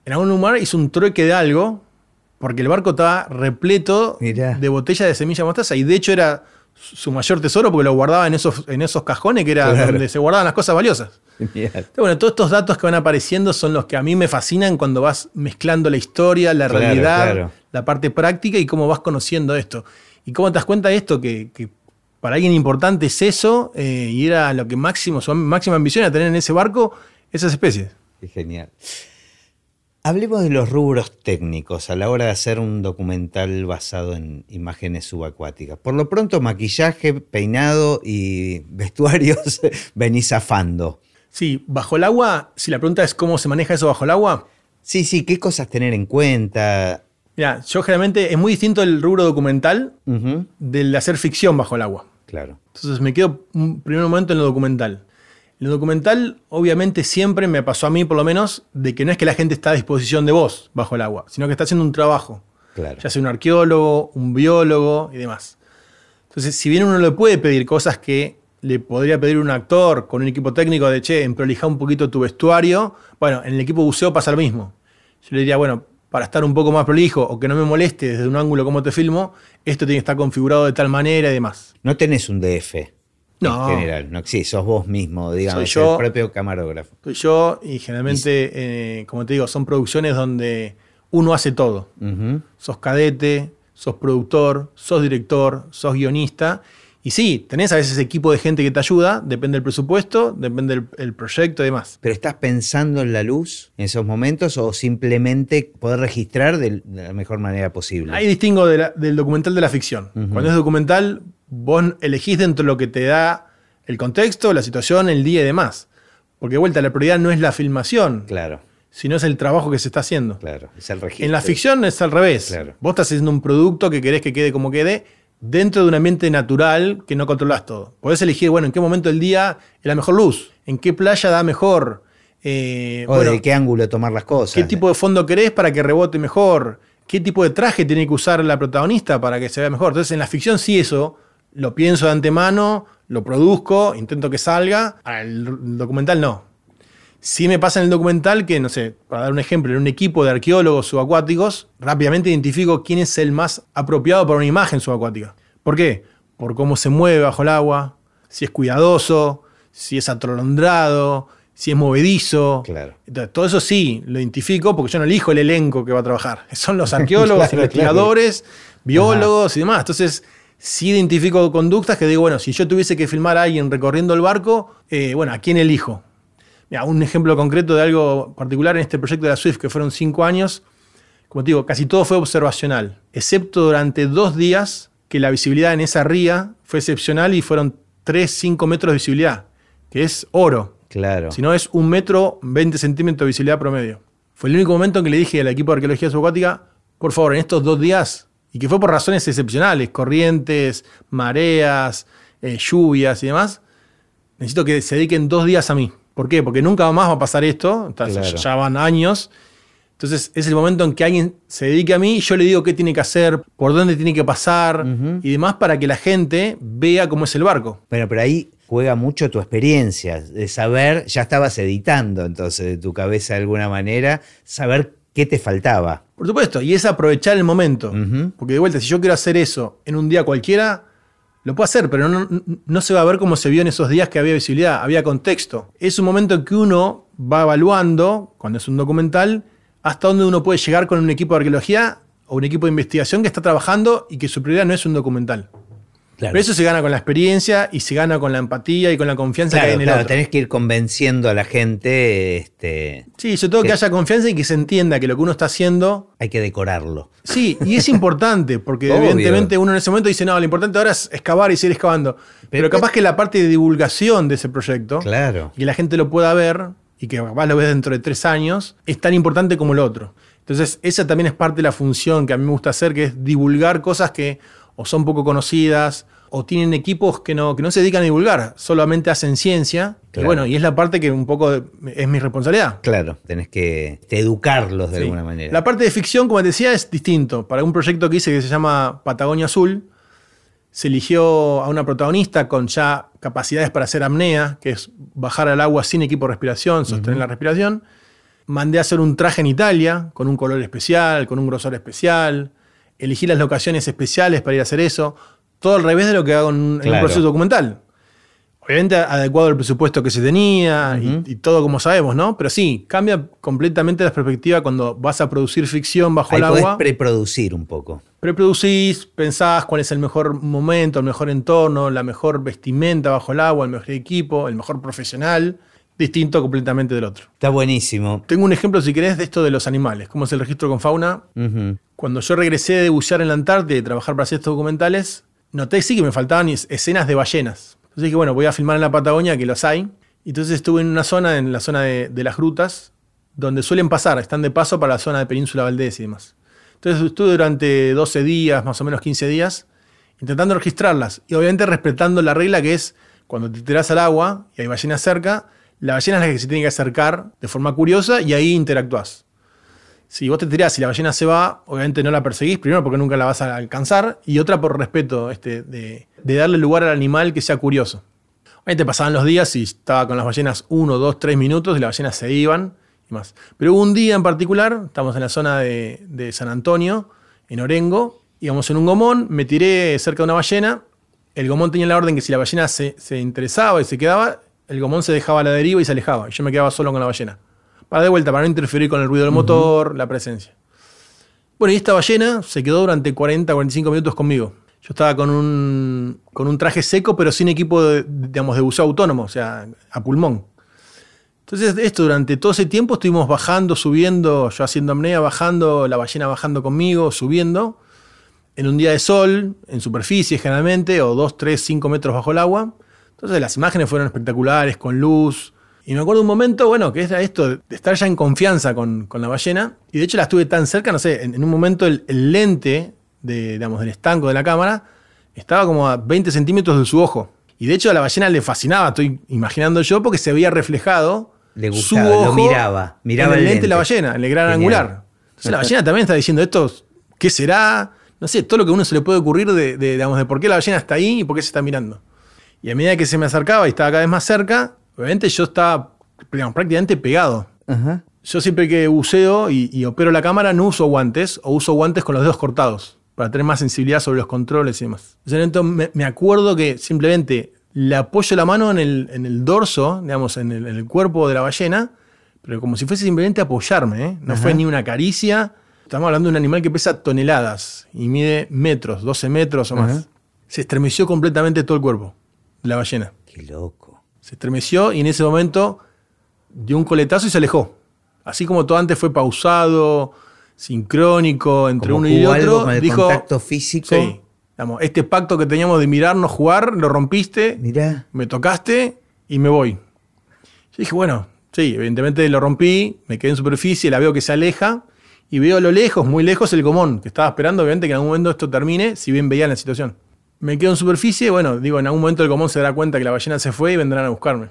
Speaker 2: en algún lugar hizo un trueque de algo, porque el barco estaba repleto
Speaker 1: Mirá.
Speaker 2: de botellas de semilla de mostaza, y de hecho era su mayor tesoro porque lo guardaba en esos, en esos cajones que era
Speaker 1: Claro.
Speaker 2: donde se guardaban las cosas valiosas.
Speaker 1: Genial.
Speaker 2: Entonces, bueno, todos estos datos que van apareciendo son los que a mí me fascinan cuando vas mezclando la historia, la
Speaker 1: Claro,
Speaker 2: realidad,
Speaker 1: claro.
Speaker 2: la parte práctica y cómo vas conociendo esto. Y cómo te das cuenta de esto, que, que para alguien importante es eso, eh, y era lo que máximo, su máxima ambición era tener en ese barco esas especies.
Speaker 1: Qué genial. Hablemos de los rubros técnicos a la hora de hacer un documental basado en imágenes subacuáticas. Por lo pronto, maquillaje, peinado y vestuarios venís zafando.
Speaker 2: Sí, bajo el agua, si la pregunta es cómo se maneja eso bajo el agua,
Speaker 1: Sí, sí, ¿qué cosas tener en cuenta?
Speaker 2: mira, yo generalmente es muy distinto el rubro documental
Speaker 1: Ujú,
Speaker 2: del de hacer ficción bajo el agua.
Speaker 1: claro.
Speaker 2: Entonces me quedo un primer momento en lo documental. En lo documental, obviamente, siempre me pasó a mí, por lo menos, de que no es que la gente está a disposición de vos bajo el agua, sino que está haciendo un trabajo.
Speaker 1: Claro.
Speaker 2: Ya sea un arqueólogo, un biólogo y demás. Entonces, si bien uno le puede pedir cosas que le podría pedir un actor con un equipo técnico de, che, emprolija un poquito tu vestuario, bueno, en el equipo buceo pasa lo mismo. Yo le diría, bueno, para estar un poco más prolijo o que no me moleste desde un ángulo como te filmo, esto tiene que estar configurado de tal manera y demás.
Speaker 1: No tenés un D F
Speaker 2: No.
Speaker 1: en general. No, sí, sos vos mismo, digamos,
Speaker 2: Soy yo.
Speaker 1: el propio camarógrafo.
Speaker 2: Soy yo y generalmente, eh, como te digo, son producciones donde uno hace todo.
Speaker 1: Ujú.
Speaker 2: Sos cadete, sos productor, sos director, sos guionista. Y sí, tenés a veces equipo de gente que te ayuda, depende del presupuesto, depende del el proyecto y demás.
Speaker 1: ¿Pero estás pensando en la luz en esos momentos o simplemente poder registrar de, de la mejor manera posible?
Speaker 2: Ahí distingo de la- del documental de la ficción.
Speaker 1: Ujú.
Speaker 2: Cuando es documental, vos elegís dentro de lo que te da el contexto, la situación, el día y demás. Porque de vuelta, la prioridad no es la filmación,
Speaker 1: Claro,
Speaker 2: sino es el trabajo que se está haciendo.
Speaker 1: claro. Es el registro.
Speaker 2: En la ficción es al revés.
Speaker 1: Claro.
Speaker 2: Vos estás haciendo un producto que querés que quede como quede dentro de un ambiente natural que no controlás todo. Podés elegir, bueno, en qué momento del día es la mejor luz, en qué playa da mejor, eh,
Speaker 1: O
Speaker 2: bueno,
Speaker 1: de qué ángulo tomar las cosas.
Speaker 2: qué tipo de fondo querés para que rebote mejor, qué tipo de traje tiene que usar la protagonista para que se vea mejor. Entonces, en la ficción sí eso lo pienso de antemano, lo produzco, intento que salga. Ahora, el documental no. Sí me pasa en el documental que, no sé, para dar un ejemplo, en un equipo de arqueólogos subacuáticos, rápidamente identifico quién es el más apropiado para una imagen subacuática. ¿Por qué? Por cómo se mueve bajo el agua, si es cuidadoso, si es atolondrado, si es movedizo.
Speaker 1: Claro.
Speaker 2: Entonces, todo eso sí lo identifico porque yo no elijo el elenco que va a trabajar. Son los arqueólogos,
Speaker 1: Claro,
Speaker 2: investigadores, biólogos y demás. Entonces, sí identifico conductas que digo, bueno, si yo tuviese que filmar a alguien recorriendo el barco, eh, bueno, ¿a quién elijo? Mira, un ejemplo concreto de algo particular en este proyecto de la Swift, que fueron cinco años, como te digo, casi todo fue observacional, excepto durante dos días que la visibilidad en esa ría fue excepcional y fueron tres, cinco metros de visibilidad, que es oro.
Speaker 1: Claro.
Speaker 2: Si no es un metro, veinte centímetros de visibilidad promedio. Fue el único momento en que le dije al equipo de arqueología subacuática, por favor, en estos dos días, y que fue por razones excepcionales, corrientes, mareas, eh, lluvias y demás, necesito que se dediquen dos días a mí. ¿Por qué? Porque nunca más va a pasar esto, entonces,
Speaker 1: Claro.
Speaker 2: ya van años. Entonces es el momento en que alguien se dedique a mí y yo le digo qué tiene que hacer, por dónde tiene que pasar
Speaker 1: Ujú.
Speaker 2: y demás para que la gente vea cómo es el barco.
Speaker 1: Bueno, pero ahí juega mucho tu experiencia de saber, ya estabas editando entonces de tu cabeza de alguna manera, saber qué te faltaba.
Speaker 2: Por supuesto, y es aprovechar el momento.
Speaker 1: Ujú.
Speaker 2: Porque de vuelta, si yo quiero hacer eso en un día cualquiera, lo puedo hacer, pero no, no se va a ver cómo se vio en esos días que había visibilidad, había contexto. Es un momento en que uno va evaluando, cuando es un documental, hasta dónde uno puede llegar con un equipo de arqueología o un equipo de investigación que está trabajando y que su prioridad no es un documental.
Speaker 1: Claro.
Speaker 2: Pero eso se gana con la experiencia y se gana con la empatía y con la confianza que
Speaker 1: Claro,
Speaker 2: hay en el
Speaker 1: claro,
Speaker 2: otro.
Speaker 1: tenés que ir convenciendo a la gente, este,
Speaker 2: Sí, sobre todo que
Speaker 1: que-
Speaker 2: haya confianza y que se entienda que lo que uno está haciendo.
Speaker 1: hay que decorarlo.
Speaker 2: Sí, y es importante, porque
Speaker 1: Obvio.
Speaker 2: evidentemente uno en ese momento dice, no, lo importante ahora es excavar y seguir excavando. Pero,
Speaker 1: Pero-
Speaker 2: capaz que la parte de divulgación de ese proyecto,
Speaker 1: Claro.
Speaker 2: y que la gente lo pueda ver, y que capaz lo ves dentro de tres años, es tan importante como lo otro. Entonces, esa también es parte de la función que a mí me gusta hacer, que es divulgar cosas que o son poco conocidas, o tienen equipos que no, que no se dedican a divulgar, solamente hacen ciencia.
Speaker 1: Claro.
Speaker 2: Y bueno, y es la parte que un poco es mi responsabilidad.
Speaker 1: Claro, tenés que este, educarlos de
Speaker 2: Sí.
Speaker 1: alguna manera.
Speaker 2: La parte de ficción, como te decía, es distinto. Para un proyecto que hice que se llama Patagonia Azul, se eligió a una protagonista con ya capacidades para hacer apnea, que es bajar al agua sin equipo de respiración, sostener
Speaker 1: Ujú.
Speaker 2: la respiración. Mandé a hacer un traje en Italia, con un color especial, con un grosor especial. Elegí las locaciones especiales para ir a hacer eso. Todo al revés de lo que hago en, en
Speaker 1: Claro.
Speaker 2: un proceso documental. Obviamente adecuado al presupuesto que se tenía
Speaker 1: Uh-huh.
Speaker 2: y, y todo como sabemos, ¿no? Pero sí, cambia completamente la perspectiva cuando vas a producir ficción bajo
Speaker 1: Ahí
Speaker 2: el
Speaker 1: podés
Speaker 2: agua.
Speaker 1: preproducir un poco.
Speaker 2: Preproducís, pensás cuál es el mejor momento, el mejor entorno, la mejor vestimenta bajo el agua, el mejor equipo, el mejor profesional, distinto completamente del otro.
Speaker 1: Está buenísimo.
Speaker 2: Tengo un ejemplo, si querés, de esto de los animales, cómo es el registro con fauna.
Speaker 1: Ujú.
Speaker 2: Cuando yo regresé de bucear en la Antártida y de trabajar para hacer estos documentales, noté sí que me faltaban es- escenas de ballenas. Entonces dije, bueno, voy a filmar en la Patagonia, que los hay. Y entonces estuve en una zona, en la zona de, de las grutas, donde suelen pasar, están de paso para la zona de Península Valdés y demás. Entonces estuve durante doce días, más o menos quince días, intentando registrarlas. Y obviamente respetando la regla que es, cuando te tirás al agua y hay ballenas cerca, la ballena es la que se tiene que acercar de forma curiosa y ahí interactuás. Si vos te tirás y la ballena se va, obviamente no la perseguís, primero porque nunca la vas a alcanzar, y otra por respeto este, de, de darle lugar al animal que sea curioso. Obviamente pasaban los días y estaba con las ballenas uno, dos, tres minutos y las ballenas se iban y más. Pero hubo un día en particular, estamos en la zona de, de San Antonio, en Orengo, íbamos en un gomón, me tiré cerca de una ballena, el gomón tenía la orden que si la ballena se, se interesaba y se quedaba, el gomón se dejaba a la deriva y se alejaba, y yo me quedaba solo con la ballena. Para de vuelta, para no interferir con el ruido del motor, uh-huh. la presencia. Bueno, y esta ballena se quedó durante cuarenta, cuarenta y cinco minutos conmigo. Yo estaba con un, con un traje seco, pero sin equipo de, digamos, de buceo autónomo, o sea, a pulmón. Entonces, esto durante todo ese tiempo estuvimos bajando, subiendo, yo haciendo apnea, bajando, la ballena bajando conmigo, subiendo, en un día de sol, en superficie generalmente, o dos, tres, cinco metros bajo el agua. Entonces las imágenes fueron espectaculares, con luz. Y me acuerdo un momento, bueno, que era esto de estar ya en confianza con, con la ballena. Y de hecho la estuve tan cerca, no sé, en, en un momento el, el lente de, digamos, del estanco de la cámara estaba como a veinte centímetros de su ojo. Y de hecho a la ballena le fascinaba, estoy imaginando yo, porque se había reflejado
Speaker 1: le gustaba,
Speaker 2: su ojo
Speaker 1: lo miraba, miraba
Speaker 2: en el,
Speaker 1: el
Speaker 2: lente de la
Speaker 1: lente.
Speaker 2: ballena, en el gran
Speaker 1: Genial.
Speaker 2: angular. Entonces la ballena también está diciendo esto, ¿qué será? No sé, todo lo que a uno se le puede ocurrir de, de, digamos, de por qué la ballena está ahí y por qué se está mirando. Y a medida que se me acercaba y estaba cada vez más cerca, obviamente yo estaba digamos, prácticamente pegado.
Speaker 1: Uh-huh.
Speaker 2: Yo siempre que buceo y, y opero la cámara no uso guantes o uso guantes con los dedos cortados para tener más sensibilidad sobre los controles y demás. Entonces me, me acuerdo que simplemente le apoyo la mano en el, en el dorso, digamos, en el, en el cuerpo de la ballena, pero como si fuese simplemente apoyarme, ¿eh? No uh-huh. fue ni una caricia. Estamos hablando de un animal que pesa toneladas y mide metros, doce metros o más. Uh-huh. Se estremeció completamente todo el cuerpo de la ballena.
Speaker 1: Qué loco.
Speaker 2: Se estremeció y en ese momento dio un coletazo y se alejó. Así como todo antes fue pausado, sincrónico entre
Speaker 1: como
Speaker 2: uno y otro.
Speaker 1: Algo con el
Speaker 2: dijo,
Speaker 1: contacto físico.
Speaker 2: Sí, digamos, este pacto que teníamos de mirarnos jugar, lo rompiste,
Speaker 1: Mirá.
Speaker 2: me tocaste y me voy. Yo dije, bueno, sí, evidentemente lo rompí, me quedé en superficie, la veo que se aleja y veo a lo lejos, muy lejos, el gomón, que estaba esperando obviamente que en algún momento esto termine, si bien veía la situación. Me quedo en superficie, bueno, digo, en algún momento el gomón se dará cuenta que la ballena se fue y vendrán a buscarme.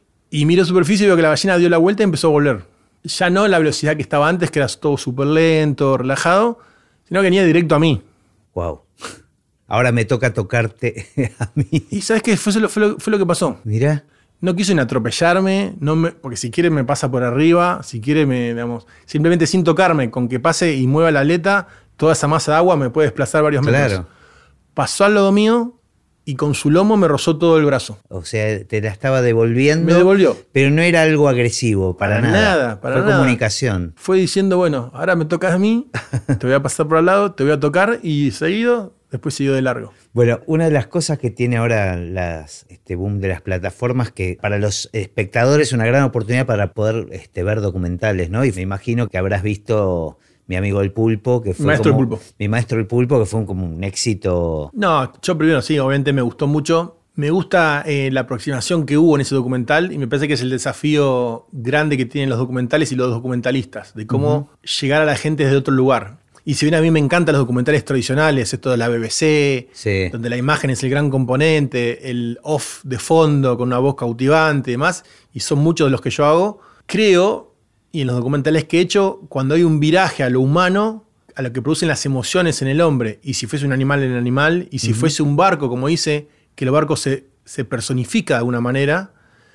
Speaker 2: Y miro superficie y veo que la ballena dio la vuelta y empezó a volver. Ya no la velocidad que estaba antes, que era todo súper lento, relajado, sino que venía directo a mí.
Speaker 1: Wow. Ahora me toca tocarte a mí.
Speaker 2: ¿Y sabes qué? Fue lo, fue lo, fue lo que pasó.
Speaker 1: Mirá.
Speaker 2: No quiso ni atropellarme, no me, porque si quiere me pasa por arriba, si quiere me, digamos, simplemente sin tocarme, con que pase y mueva la aleta, toda esa masa de agua me puede desplazar varios
Speaker 1: claro.
Speaker 2: metros. Pasó al lado mío y con su lomo me rozó todo el brazo.
Speaker 1: O sea, te la estaba devolviendo.
Speaker 2: Me devolvió.
Speaker 1: Pero no era algo agresivo, para,
Speaker 2: para
Speaker 1: nada.
Speaker 2: nada. Para
Speaker 1: Fue
Speaker 2: nada.
Speaker 1: comunicación.
Speaker 2: Fue diciendo, bueno, ahora me tocas a mí, te voy a pasar por al lado, te voy a tocar y seguido, después siguió de largo.
Speaker 1: Bueno, una de las cosas que tiene ahora las, este boom de las plataformas, que para los espectadores es una gran oportunidad para poder este, ver documentales, ¿no? Y me imagino que habrás visto Mi amigo el pulpo, que fue
Speaker 2: maestro
Speaker 1: como,
Speaker 2: el pulpo.
Speaker 1: Mi maestro el pulpo, que fue un, como un éxito.
Speaker 2: No, yo primero sí, obviamente me gustó mucho. Me gusta eh, la aproximación que hubo en ese documental y me parece que es el desafío grande que tienen los documentales y los documentalistas, de cómo uh-huh. llegar a la gente desde otro lugar. Y si bien a mí me encantan los documentales tradicionales, esto de la B B C,
Speaker 1: sí.
Speaker 2: donde la imagen es el gran componente, el off de fondo con una voz cautivante y demás, y son muchos de los que yo hago, creo, y en los documentales que he hecho, cuando hay un viraje a lo humano, a lo que producen las emociones en el hombre, y si fuese un animal en el animal, y si uh-huh. fuese un barco, como dice, que el barco se, se personifica de alguna manera,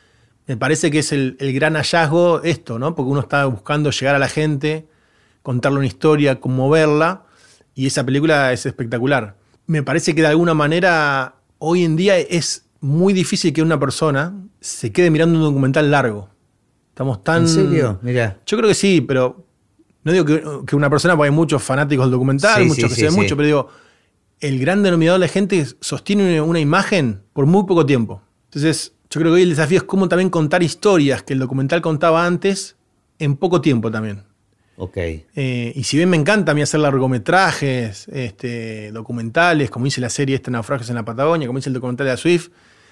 Speaker 2: Me parece que es el, el gran hallazgo esto, ¿no? Porque uno está buscando llegar a la gente, contarle una historia, conmoverla, y esa película es espectacular. Me parece que de alguna manera hoy en día es muy difícil que una persona se quede mirando un documental largo. Estamos tan...
Speaker 1: ¿En serio? Mirá.
Speaker 2: Yo creo que sí, pero no digo que, que una persona, porque hay muchos fanáticos del documental,
Speaker 1: Sí,
Speaker 2: muchos
Speaker 1: sí,
Speaker 2: que
Speaker 1: sí,
Speaker 2: se ven
Speaker 1: sí.
Speaker 2: mucho, pero digo, el gran denominador de la gente sostiene una imagen por muy poco tiempo. Entonces, yo creo que hoy el desafío es cómo también contar historias que el documental contaba antes en poco tiempo también.
Speaker 1: Ok.
Speaker 2: Eh, y si bien me encanta a mí hacer largometrajes, este, documentales, como hice la serie esta Naufragios en la Patagonia, como hice el documental de la Swift,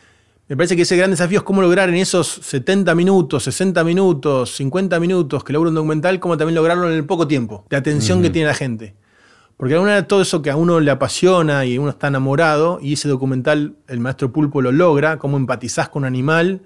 Speaker 2: me parece que ese gran desafío es cómo lograr en esos setenta minutos, sesenta minutos, cincuenta minutos que logra un documental, cómo también lograrlo en el poco tiempo, de atención uh-huh. que tiene la gente. Porque de alguna manera todo eso que a uno le apasiona y uno está enamorado, y ese documental, el maestro Pulpo lo logra, cómo empatizás con un animal,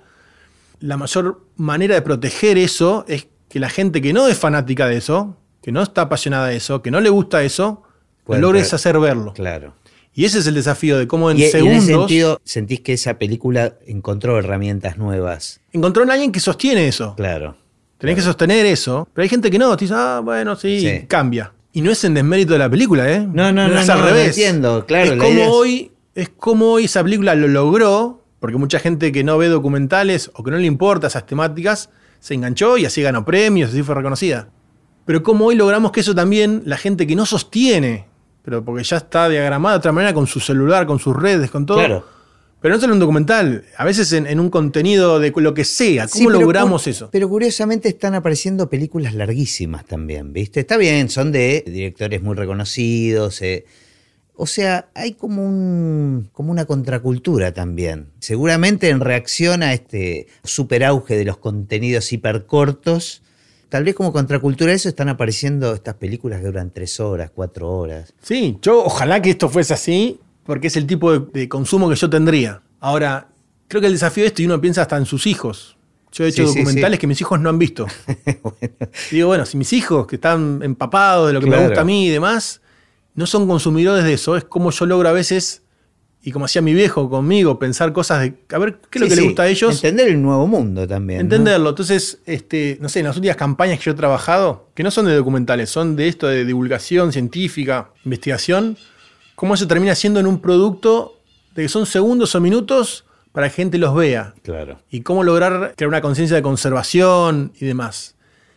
Speaker 2: la mayor manera de proteger eso es que la gente que no es fanática de eso, que no está apasionada de eso, que no le gusta eso, lo logres hacer verlo.
Speaker 1: Claro.
Speaker 2: Y ese es el desafío de cómo en
Speaker 1: y,
Speaker 2: segundos...
Speaker 1: Y en ese sentido, ¿sentís que esa película encontró herramientas nuevas?
Speaker 2: Encontró en alguien que sostiene eso.
Speaker 1: Claro.
Speaker 2: Tenés
Speaker 1: claro.
Speaker 2: que sostener eso, pero hay gente que no, te dice, ah, bueno, sí,
Speaker 1: sí.
Speaker 2: cambia. Y no es en desmérito de la película, ¿eh?
Speaker 1: No, no, no,
Speaker 2: es
Speaker 1: no,
Speaker 2: al
Speaker 1: no,
Speaker 2: revés.
Speaker 1: no entiendo, claro.
Speaker 2: Es
Speaker 1: la
Speaker 2: como
Speaker 1: idea es...
Speaker 2: hoy, es como hoy esa película lo logró, porque mucha gente que no ve documentales o que no le importa esas temáticas, se enganchó y así ganó premios, así fue reconocida. Pero como hoy logramos que eso también, la gente que no sostiene, pero porque ya está diagramada de otra manera con su celular, con sus redes, con todo.
Speaker 1: Claro.
Speaker 2: Pero no solo en un documental, a veces en, en un contenido de lo que sea. ¿Cómo
Speaker 1: sí,
Speaker 2: logramos
Speaker 1: cu-
Speaker 2: eso?
Speaker 1: Pero curiosamente están apareciendo películas larguísimas también, ¿viste? Está bien, son de directores muy reconocidos. Eh. O sea, hay como, un, como una contracultura también. Seguramente en reacción a este super auge de los contenidos hipercortos, tal vez como contracultura a eso están apareciendo estas películas que duran tres horas, cuatro horas.
Speaker 2: Sí, yo ojalá que esto fuese así, porque es el tipo de, de consumo que yo tendría. Ahora, creo que el desafío de esto, y uno piensa hasta en sus hijos. Yo he hecho
Speaker 1: sí,
Speaker 2: documentales
Speaker 1: sí, sí.
Speaker 2: que mis hijos no han visto.
Speaker 1: Bueno.
Speaker 2: Digo, bueno, si mis hijos, que están empapados de lo que
Speaker 1: Claro.
Speaker 2: me gusta a mí y demás, no son consumidores de eso, es como yo logro a veces, y como hacía mi viejo conmigo, pensar cosas de, a ver, ¿qué es lo
Speaker 1: Sí,
Speaker 2: que
Speaker 1: sí.
Speaker 2: le gusta a ellos?
Speaker 1: Entender el nuevo mundo también.
Speaker 2: Entenderlo.
Speaker 1: ¿no?
Speaker 2: Entonces, este, no sé, en las últimas campañas que yo he trabajado, que no son de documentales, son de esto de divulgación científica, investigación, cómo eso termina siendo en un producto de que son segundos o minutos para que gente los vea.
Speaker 1: Claro.
Speaker 2: Y cómo lograr crear una conciencia de conservación y demás.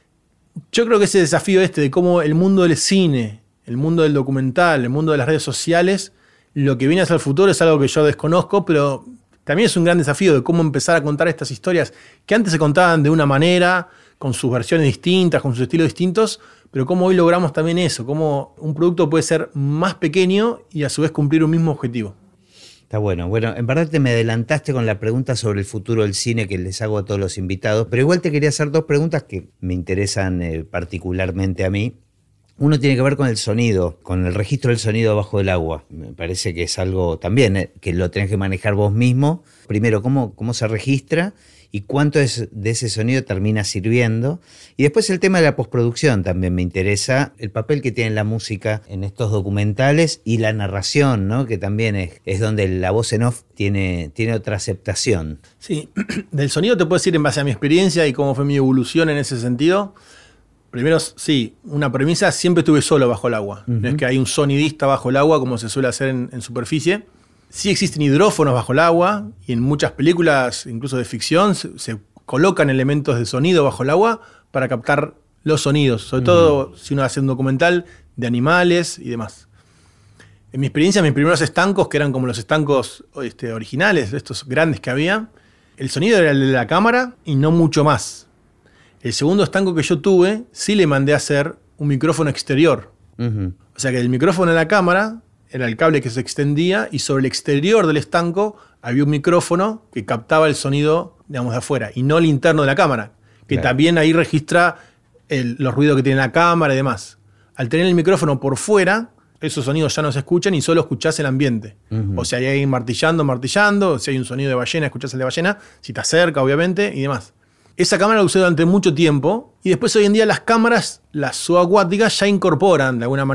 Speaker 2: Yo creo que ese desafío este de cómo el mundo del cine, el mundo del documental, el mundo de las redes sociales, lo que viene hacia el futuro es algo que yo desconozco, pero también es un gran desafío de cómo empezar a contar estas historias que antes se contaban de una manera, con sus versiones distintas, con sus estilos distintos, pero cómo hoy logramos también eso, cómo un producto puede ser más pequeño y a su vez cumplir un mismo objetivo.
Speaker 1: Está bueno. Bueno, en verdad te me adelantaste con la pregunta sobre el futuro del cine que les hago a todos los invitados, pero igual te quería hacer dos preguntas que me interesan eh, particularmente a mí. Uno tiene que ver con el sonido, con el registro del sonido bajo el agua. Me parece que es algo también eh, que lo tenés que manejar vos mismo. Primero, cómo, cómo se registra y cuánto es de ese sonido termina sirviendo. Y después el tema de la postproducción también me interesa, el papel que tiene la música en estos documentales y la narración, ¿no? Que también es, es donde la voz en off tiene, tiene otra aceptación.
Speaker 2: Sí, del sonido te puedo decir en base a mi experiencia y cómo fue mi evolución en ese sentido. Primero, sí, una premisa, siempre estuve solo bajo el agua. Uh-huh. No es que hay un sonidista bajo el agua como se suele hacer en, en superficie. Sí existen hidrófonos bajo el agua y en muchas películas, incluso de ficción, se, se colocan elementos de sonido bajo el agua para captar los sonidos. Sobre uh-huh. todo si uno hace un documental de animales y demás. En mi experiencia, mis primeros estancos, que eran como los estancos este, originales, estos grandes que había, el sonido era el de la cámara y no mucho más. El segundo estanco que yo tuve, sí le mandé a hacer un micrófono exterior. Uh-huh. O sea que el micrófono de la cámara era el cable que se extendía y sobre el exterior del estanco había un micrófono que captaba el sonido, digamos, de afuera y no el interno de la cámara, que claro. también ahí registra el, los ruidos que tiene la cámara y demás. Al tener el micrófono por fuera, esos sonidos ya no se escuchan y solo escuchás el ambiente. Uh-huh. O sea, hay alguien martillando, martillando, si hay un sonido de ballena, escuchás el de ballena, si está cerca, obviamente, y demás. Esa cámara la usé durante mucho tiempo y después hoy en día las cámaras, las subacuáticas, ya incorporan de alguna manera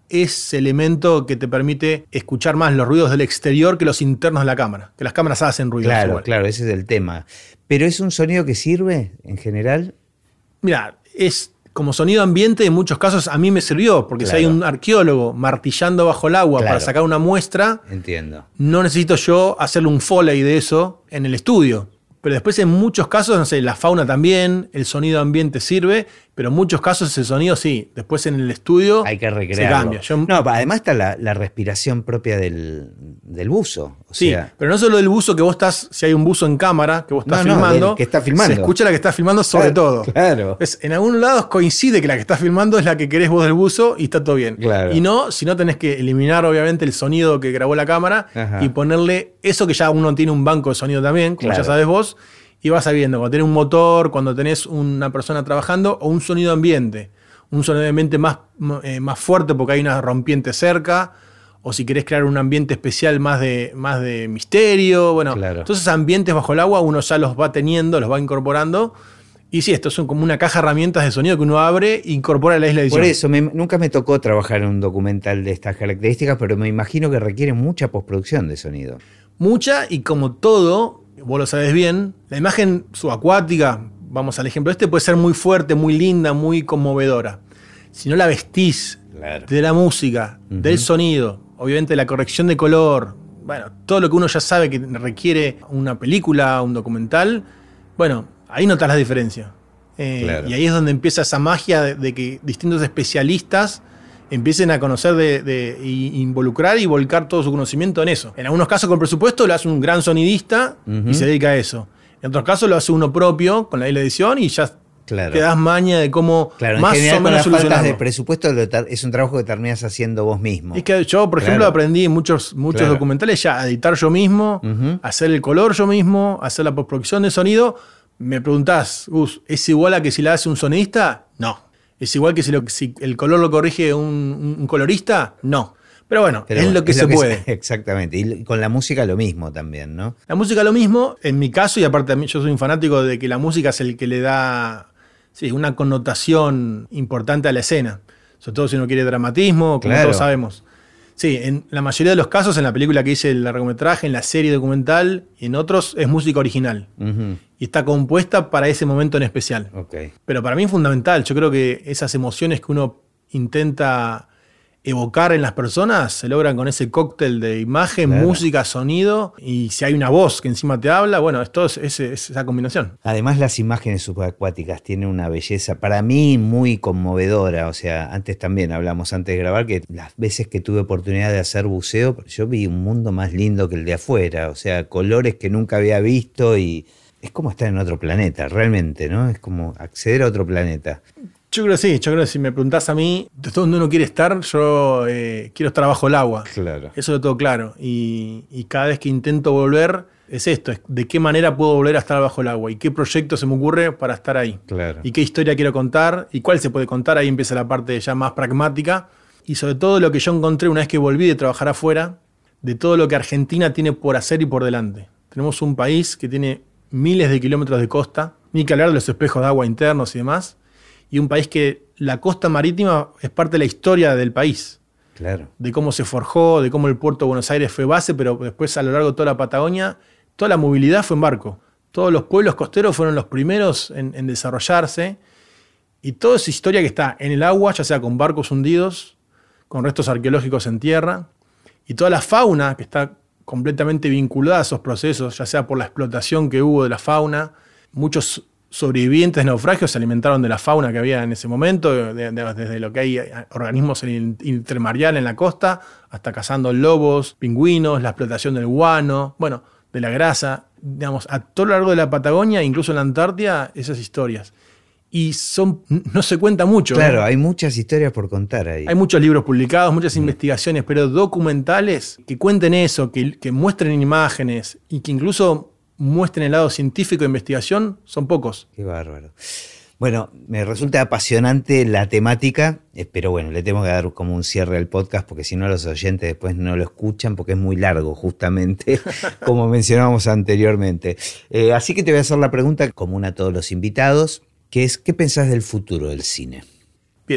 Speaker 2: ese elemento que te permite escuchar más los ruidos del exterior que los internos de la cámara. Que las cámaras hacen ruidos.
Speaker 1: Claro,
Speaker 2: igual.
Speaker 1: claro, ese es el tema. ¿Pero es un sonido que sirve en general?
Speaker 2: Mira, es como sonido ambiente en muchos casos a mí me sirvió, porque
Speaker 1: Claro.
Speaker 2: si hay un arqueólogo martillando bajo el agua
Speaker 1: Claro.
Speaker 2: para sacar una muestra,
Speaker 1: Entiendo.
Speaker 2: no necesito yo hacerle un foley de eso en el estudio. Pero después en muchos casos, no sé, la fauna también, el sonido ambiente sirve, pero en muchos casos el sonido sí. Después en el estudio
Speaker 1: Hay que
Speaker 2: se
Speaker 1: recrearlo.
Speaker 2: cambia. Yo-
Speaker 1: No, además está la, la respiración propia del, del buzo. O
Speaker 2: sí,
Speaker 1: sea,
Speaker 2: pero no solo del buzo que vos estás, si hay un buzo en cámara que vos estás
Speaker 1: No, no,
Speaker 2: filmando,
Speaker 1: del que está filmando.
Speaker 2: se escucha la que está filmando sobre
Speaker 1: Claro,
Speaker 2: todo.
Speaker 1: claro.
Speaker 2: Es, en algunos lados coincide que la que estás filmando es la que querés vos del buzo y está todo bien.
Speaker 1: Claro.
Speaker 2: Y no, si no tenés que eliminar obviamente el sonido que grabó la cámara
Speaker 1: Ajá.
Speaker 2: y ponerle eso que ya uno tiene un banco de sonido también, como
Speaker 1: Claro.
Speaker 2: ya sabes vos, y vas sabiendo cuando tenés un motor, cuando tenés una persona trabajando o un sonido ambiente. Un sonido ambiente más, eh, más fuerte porque hay una rompiente cerca, o si querés crear un ambiente especial más de, más de misterio. Bueno,
Speaker 1: Claro.
Speaker 2: entonces ambientes bajo el agua uno ya los va teniendo, los va incorporando. Y sí, esto son como una caja de herramientas de sonido que uno abre e incorpora a la isla de edición.
Speaker 1: por eso, me- nunca me tocó trabajar en un documental de estas características, pero me imagino que requiere mucha postproducción de sonido.
Speaker 2: Mucha, y como todo, vos lo sabes bien, la imagen subacuática, vamos al ejemplo este, puede ser muy fuerte, muy linda, muy conmovedora. Si no la vestís
Speaker 1: Claro.
Speaker 2: de la música,
Speaker 1: Ujú.
Speaker 2: del sonido, obviamente la corrección de color, bueno, todo lo que uno ya sabe que requiere una película, un documental, bueno, ahí notas la diferencia. Eh,
Speaker 1: Claro.
Speaker 2: Y ahí es donde empieza esa magia de, de que distintos especialistas empiecen a conocer de, de y involucrar y volcar todo su conocimiento en eso. En algunos casos con presupuesto lo hace un gran sonidista
Speaker 1: Ujú.
Speaker 2: y se dedica a eso. En otros casos lo hace uno propio con la isla de edición y ya
Speaker 1: Claro.
Speaker 2: te das maña de cómo
Speaker 1: Claro, en
Speaker 2: más
Speaker 1: general
Speaker 2: o
Speaker 1: con
Speaker 2: menos
Speaker 1: las faltas
Speaker 2: solucionarlo.
Speaker 1: de presupuesto lo tar- es un trabajo que terminas haciendo vos mismo.
Speaker 2: Es que yo, por ejemplo,
Speaker 1: Claro.
Speaker 2: aprendí en muchos, muchos
Speaker 1: Claro.
Speaker 2: documentales ya a editar yo mismo,
Speaker 1: Ujú.
Speaker 2: hacer el color yo mismo, hacer la postproducción de sonido. Me preguntás, Gus, ¿es igual a que si la hace un sonidista? No. ¿Es igual que si, lo- si el color lo corrige un, un colorista? No. Pero bueno,
Speaker 1: Pero
Speaker 2: es
Speaker 1: bueno,
Speaker 2: lo que se puede.
Speaker 1: Exactamente. Y con la música lo mismo también, ¿no?
Speaker 2: La música lo mismo, en mi caso, y aparte a mí, yo soy un fanático de que la música es el que le da sí, una connotación importante a la escena. Sobre todo si uno quiere dramatismo, como
Speaker 1: Claro.
Speaker 2: todos sabemos. Sí, en la mayoría de los casos, en la película que hice el largometraje, en la serie documental, y en otros es música original.
Speaker 1: Ujú.
Speaker 2: Y está compuesta para ese momento en especial.
Speaker 1: Ok.
Speaker 2: Pero para mí es fundamental. Yo creo que esas emociones que uno intenta evocar en las personas se logran con ese cóctel de imagen,
Speaker 1: Claro.
Speaker 2: música, sonido. Y si hay una voz que encima te habla, bueno, esto es, es- es esa combinación.
Speaker 1: Además, las imágenes subacuáticas tienen una belleza, para mí, muy conmovedora. O sea, antes también hablamos, antes de grabar, que las veces que tuve oportunidad de hacer buceo, yo vi un mundo más lindo que el de afuera. O sea, colores que nunca había visto y es como estar en otro planeta, realmente, ¿no? Es como acceder a otro planeta.
Speaker 2: Yo creo que sí, yo creo que si me preguntás a mí, de donde uno quiere estar, yo eh, quiero estar bajo el agua.
Speaker 1: Claro.
Speaker 2: Eso lo tengo claro. Y, y cada vez que intento volver, es esto, es de qué manera puedo volver a estar bajo el agua y qué proyecto se me ocurre para estar ahí.
Speaker 1: Claro.
Speaker 2: Y qué historia quiero contar y cuál se puede contar. Ahí empieza la parte ya más pragmática. Y sobre todo lo que yo encontré una vez que volví de trabajar afuera, de todo lo que Argentina tiene por hacer y por delante. Tenemos un país que tiene miles de kilómetros de costa, ni que hablar de los espejos de agua internos y demás, y un país que la costa marítima es parte de la historia del país,
Speaker 1: Claro.
Speaker 2: de cómo se forjó, de cómo el puerto de Buenos Aires fue base, pero después a lo largo de toda la Patagonia, toda la movilidad fue en barco. Todos los pueblos costeros fueron los primeros en, en desarrollarse, y toda esa historia que está en el agua, ya sea con barcos hundidos, con restos arqueológicos en tierra, y toda la fauna que está completamente vinculada a esos procesos, ya sea por la explotación que hubo de la fauna. Muchos sobrevivientes de naufragios se alimentaron de la fauna que había en ese momento, de- de- desde lo que hay organismos en- intermareal en la costa, hasta cazando lobos, pingüinos, la explotación del guano, bueno, de la grasa, digamos, a todo lo largo de la Patagonia, incluso en la Antártida, esas historias. Y son, no se cuenta mucho.
Speaker 1: Claro,
Speaker 2: ¿no?
Speaker 1: hay muchas historias por contar ahí.
Speaker 2: Hay muchos libros publicados, muchas investigaciones, pero documentales que cuenten eso, que, que muestren imágenes y que incluso muestren el lado científico de investigación, son pocos.
Speaker 1: Qué bárbaro. Bueno, me resulta apasionante la temática, eh, pero bueno, le tengo que dar como un cierre al podcast porque si no los oyentes después no lo escuchan porque es muy largo justamente, como mencionábamos anteriormente. Eh, así que te voy a hacer la pregunta común a todos los invitados, que es, ¿qué pensás del futuro del cine?
Speaker 2: Bien,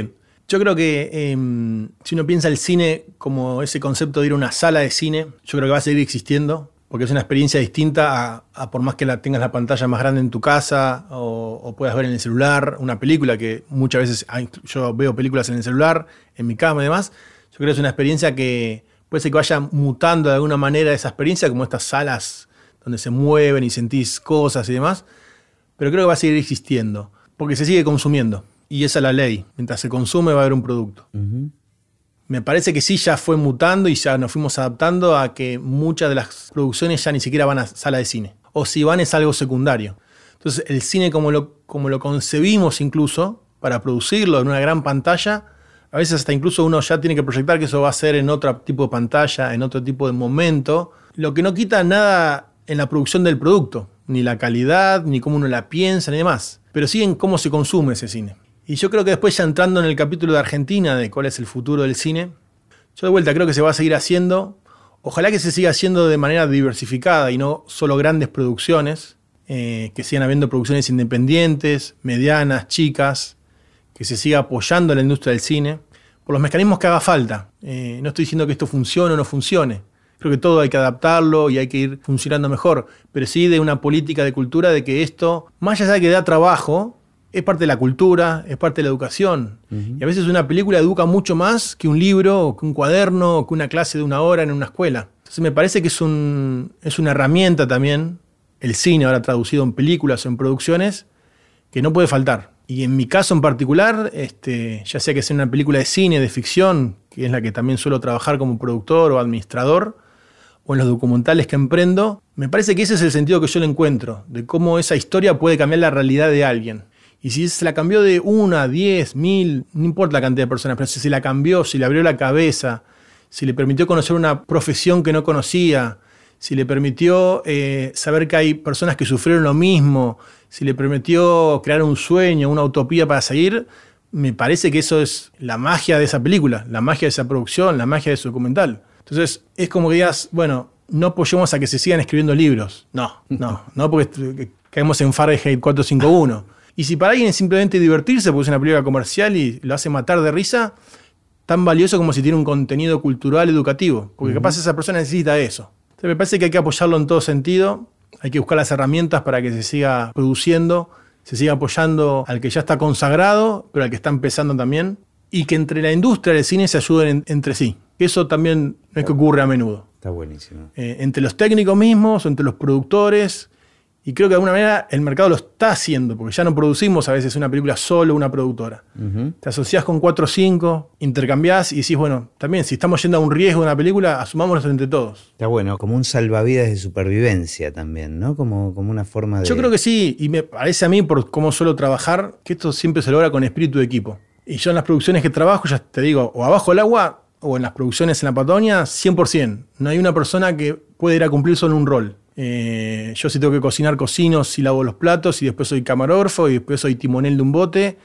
Speaker 2: Yo creo que eh, si uno piensa el cine como ese concepto de ir a una sala de cine, yo creo que va a seguir existiendo, porque es una experiencia distinta a, a por más que la tengas la pantalla más grande en tu casa o, o puedas ver en el celular una película, que muchas veces hay, yo veo películas en el celular, en mi cama y demás. Yo creo que es una experiencia que puede ser que vaya mutando de alguna manera esa experiencia, como estas salas donde se mueven y sentís cosas y demás, pero creo que va a seguir existiendo, porque se sigue consumiendo. Y esa es la ley. Mientras se consume va a haber un producto. Uh-huh. Me parece que sí ya fue mutando y ya nos fuimos adaptando a que muchas de las producciones ya ni siquiera van a sala de cine. O si van es algo secundario. Entonces el cine como lo, como lo concebimos incluso para producirlo en una gran pantalla, a veces hasta incluso uno ya tiene que proyectar que eso va a ser en otro tipo de pantalla, en otro tipo de momento. Lo que no quita nada en la producción del producto. Ni la calidad, ni cómo uno la piensa, ni demás. Pero sí en cómo se consume ese cine. Y yo creo que después ya entrando en el capítulo de Argentina, de cuál es el futuro del cine, yo de vuelta creo que se va a seguir haciendo. Ojalá que se siga haciendo de manera diversificada y no solo grandes producciones, eh, que sigan habiendo producciones independientes, medianas, chicas, que se siga apoyando a la industria del cine, por los mecanismos que haga falta. Eh, no estoy diciendo que esto funcione o no funcione. Creo que todo hay que adaptarlo y hay que ir funcionando mejor, pero sí de una política de cultura de que esto, más allá de que da trabajo, es parte de la cultura, es parte de la educación. Uh-huh. Y a veces una película educa mucho más que un libro, o que un cuaderno, o que una clase de una hora en una escuela. Entonces me parece que es, un, es una herramienta también, el cine ahora traducido en películas o en producciones, que no puede faltar. Y en mi caso en particular, este, ya sea que sea una película de cine, de ficción, que es la que también suelo trabajar como productor o administrador, o en los documentales que emprendo, me parece que ese es el sentido que yo le encuentro, de cómo esa historia puede cambiar la realidad de alguien. Y si se la cambió de una, diez, mil, no importa la cantidad de personas, pero si se la cambió, si le abrió la cabeza, si le permitió conocer una profesión que no conocía, si le permitió eh, saber que hay personas que sufrieron lo mismo, si le permitió crear un sueño, una utopía para seguir, me parece que eso es la magia de esa película, la magia de esa producción, la magia de ese documental. Entonces es como que digas, bueno, no apoyemos a que se sigan escribiendo libros. No, no, no porque caemos en Fahrenheit cuatrocientos cincuenta y uno. Y si para alguien es simplemente divertirse porque es una película comercial y lo hace matar de risa, tan valioso como si tiene un contenido cultural educativo. Porque uh-huh. capaz esa persona necesita eso. Entonces me parece que hay que apoyarlo en todo sentido. Hay que buscar las herramientas para que se siga produciendo, se siga apoyando al que ya está consagrado, pero al que está empezando también. Y que entre la industria del cine se ayuden en, entre sí. Eso también no es que ocurre a menudo.
Speaker 1: Está buenísimo.
Speaker 2: Eh, entre los técnicos mismos, entre los productores. Y creo que de alguna manera el mercado lo está haciendo, porque ya no producimos a veces una película solo una productora. Uh-huh. Te asociás con cuatro o cinco, intercambiás y decís, bueno, también si estamos yendo a un riesgo de una película, asumámoslo entre todos.
Speaker 1: Está bueno, como un salvavidas de supervivencia también, ¿no? Como, como una forma de...
Speaker 2: Yo creo que sí, y me parece a mí, por cómo suelo trabajar, que esto siempre se logra con espíritu de equipo. Y yo en las producciones que trabajo, ya te digo, o abajo el agua, o en las producciones en la Patagonia, cien por ciento. No hay una persona que puede ir a cumplir solo un rol. Eh, yo si tengo que cocinar, cocino, si lavo los platos y después soy camarógrafo y después soy timonel de un bote.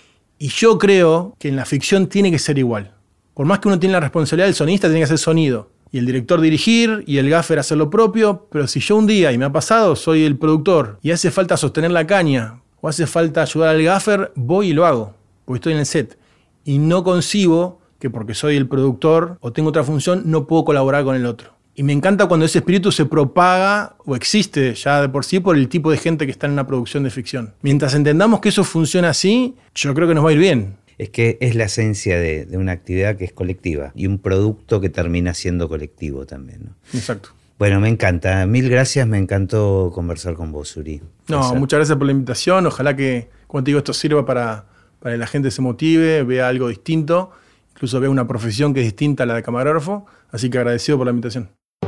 Speaker 2: Y yo creo que en la ficción tiene que ser igual. Por más que uno tiene la responsabilidad del sonidista, tiene que hacer sonido. Y el director dirigir y el gaffer hacer lo propio. Pero si yo un día, y me ha pasado, soy el productor y hace falta sostener la caña o hace falta ayudar al gaffer, voy y lo hago. Porque estoy en el set. Y no concibo que porque soy el productor o tengo otra función, no puedo colaborar con el otro. Y me encanta cuando ese espíritu se propaga o existe ya de por sí por el tipo de gente que está en una producción de ficción. Mientras entendamos que eso funciona así, yo creo que nos va a ir bien.
Speaker 1: Es que es la esencia de, de una actividad que es colectiva y un producto que termina siendo colectivo también, ¿no?
Speaker 2: Exacto.
Speaker 1: Bueno, me encanta. Mil gracias, me encantó conversar con vos, Uri.
Speaker 2: No, Gracias. Muchas gracias por la invitación. Ojalá que, como te digo, esto sirva para, para que la gente se motive, vea algo distinto, incluso vea una profesión que es distinta a la de camarógrafo. Así que agradecido por la invitación.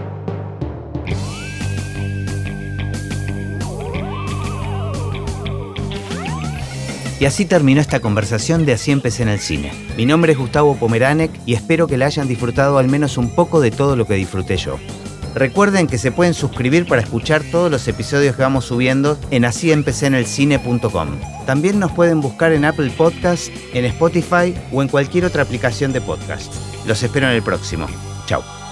Speaker 1: Y así terminó esta conversación de Así empecé en el cine. Mi nombre es Gustavo Pomeranek y espero que la hayan disfrutado al menos un poco de todo lo que disfruté yo. Recuerden que se pueden suscribir para escuchar todos los episodios que vamos subiendo en así empecé en el cine punto com. También nos pueden buscar en Apple Podcast, en Spotify o en cualquier otra aplicación de podcast. Los espero en el próximo. Chau.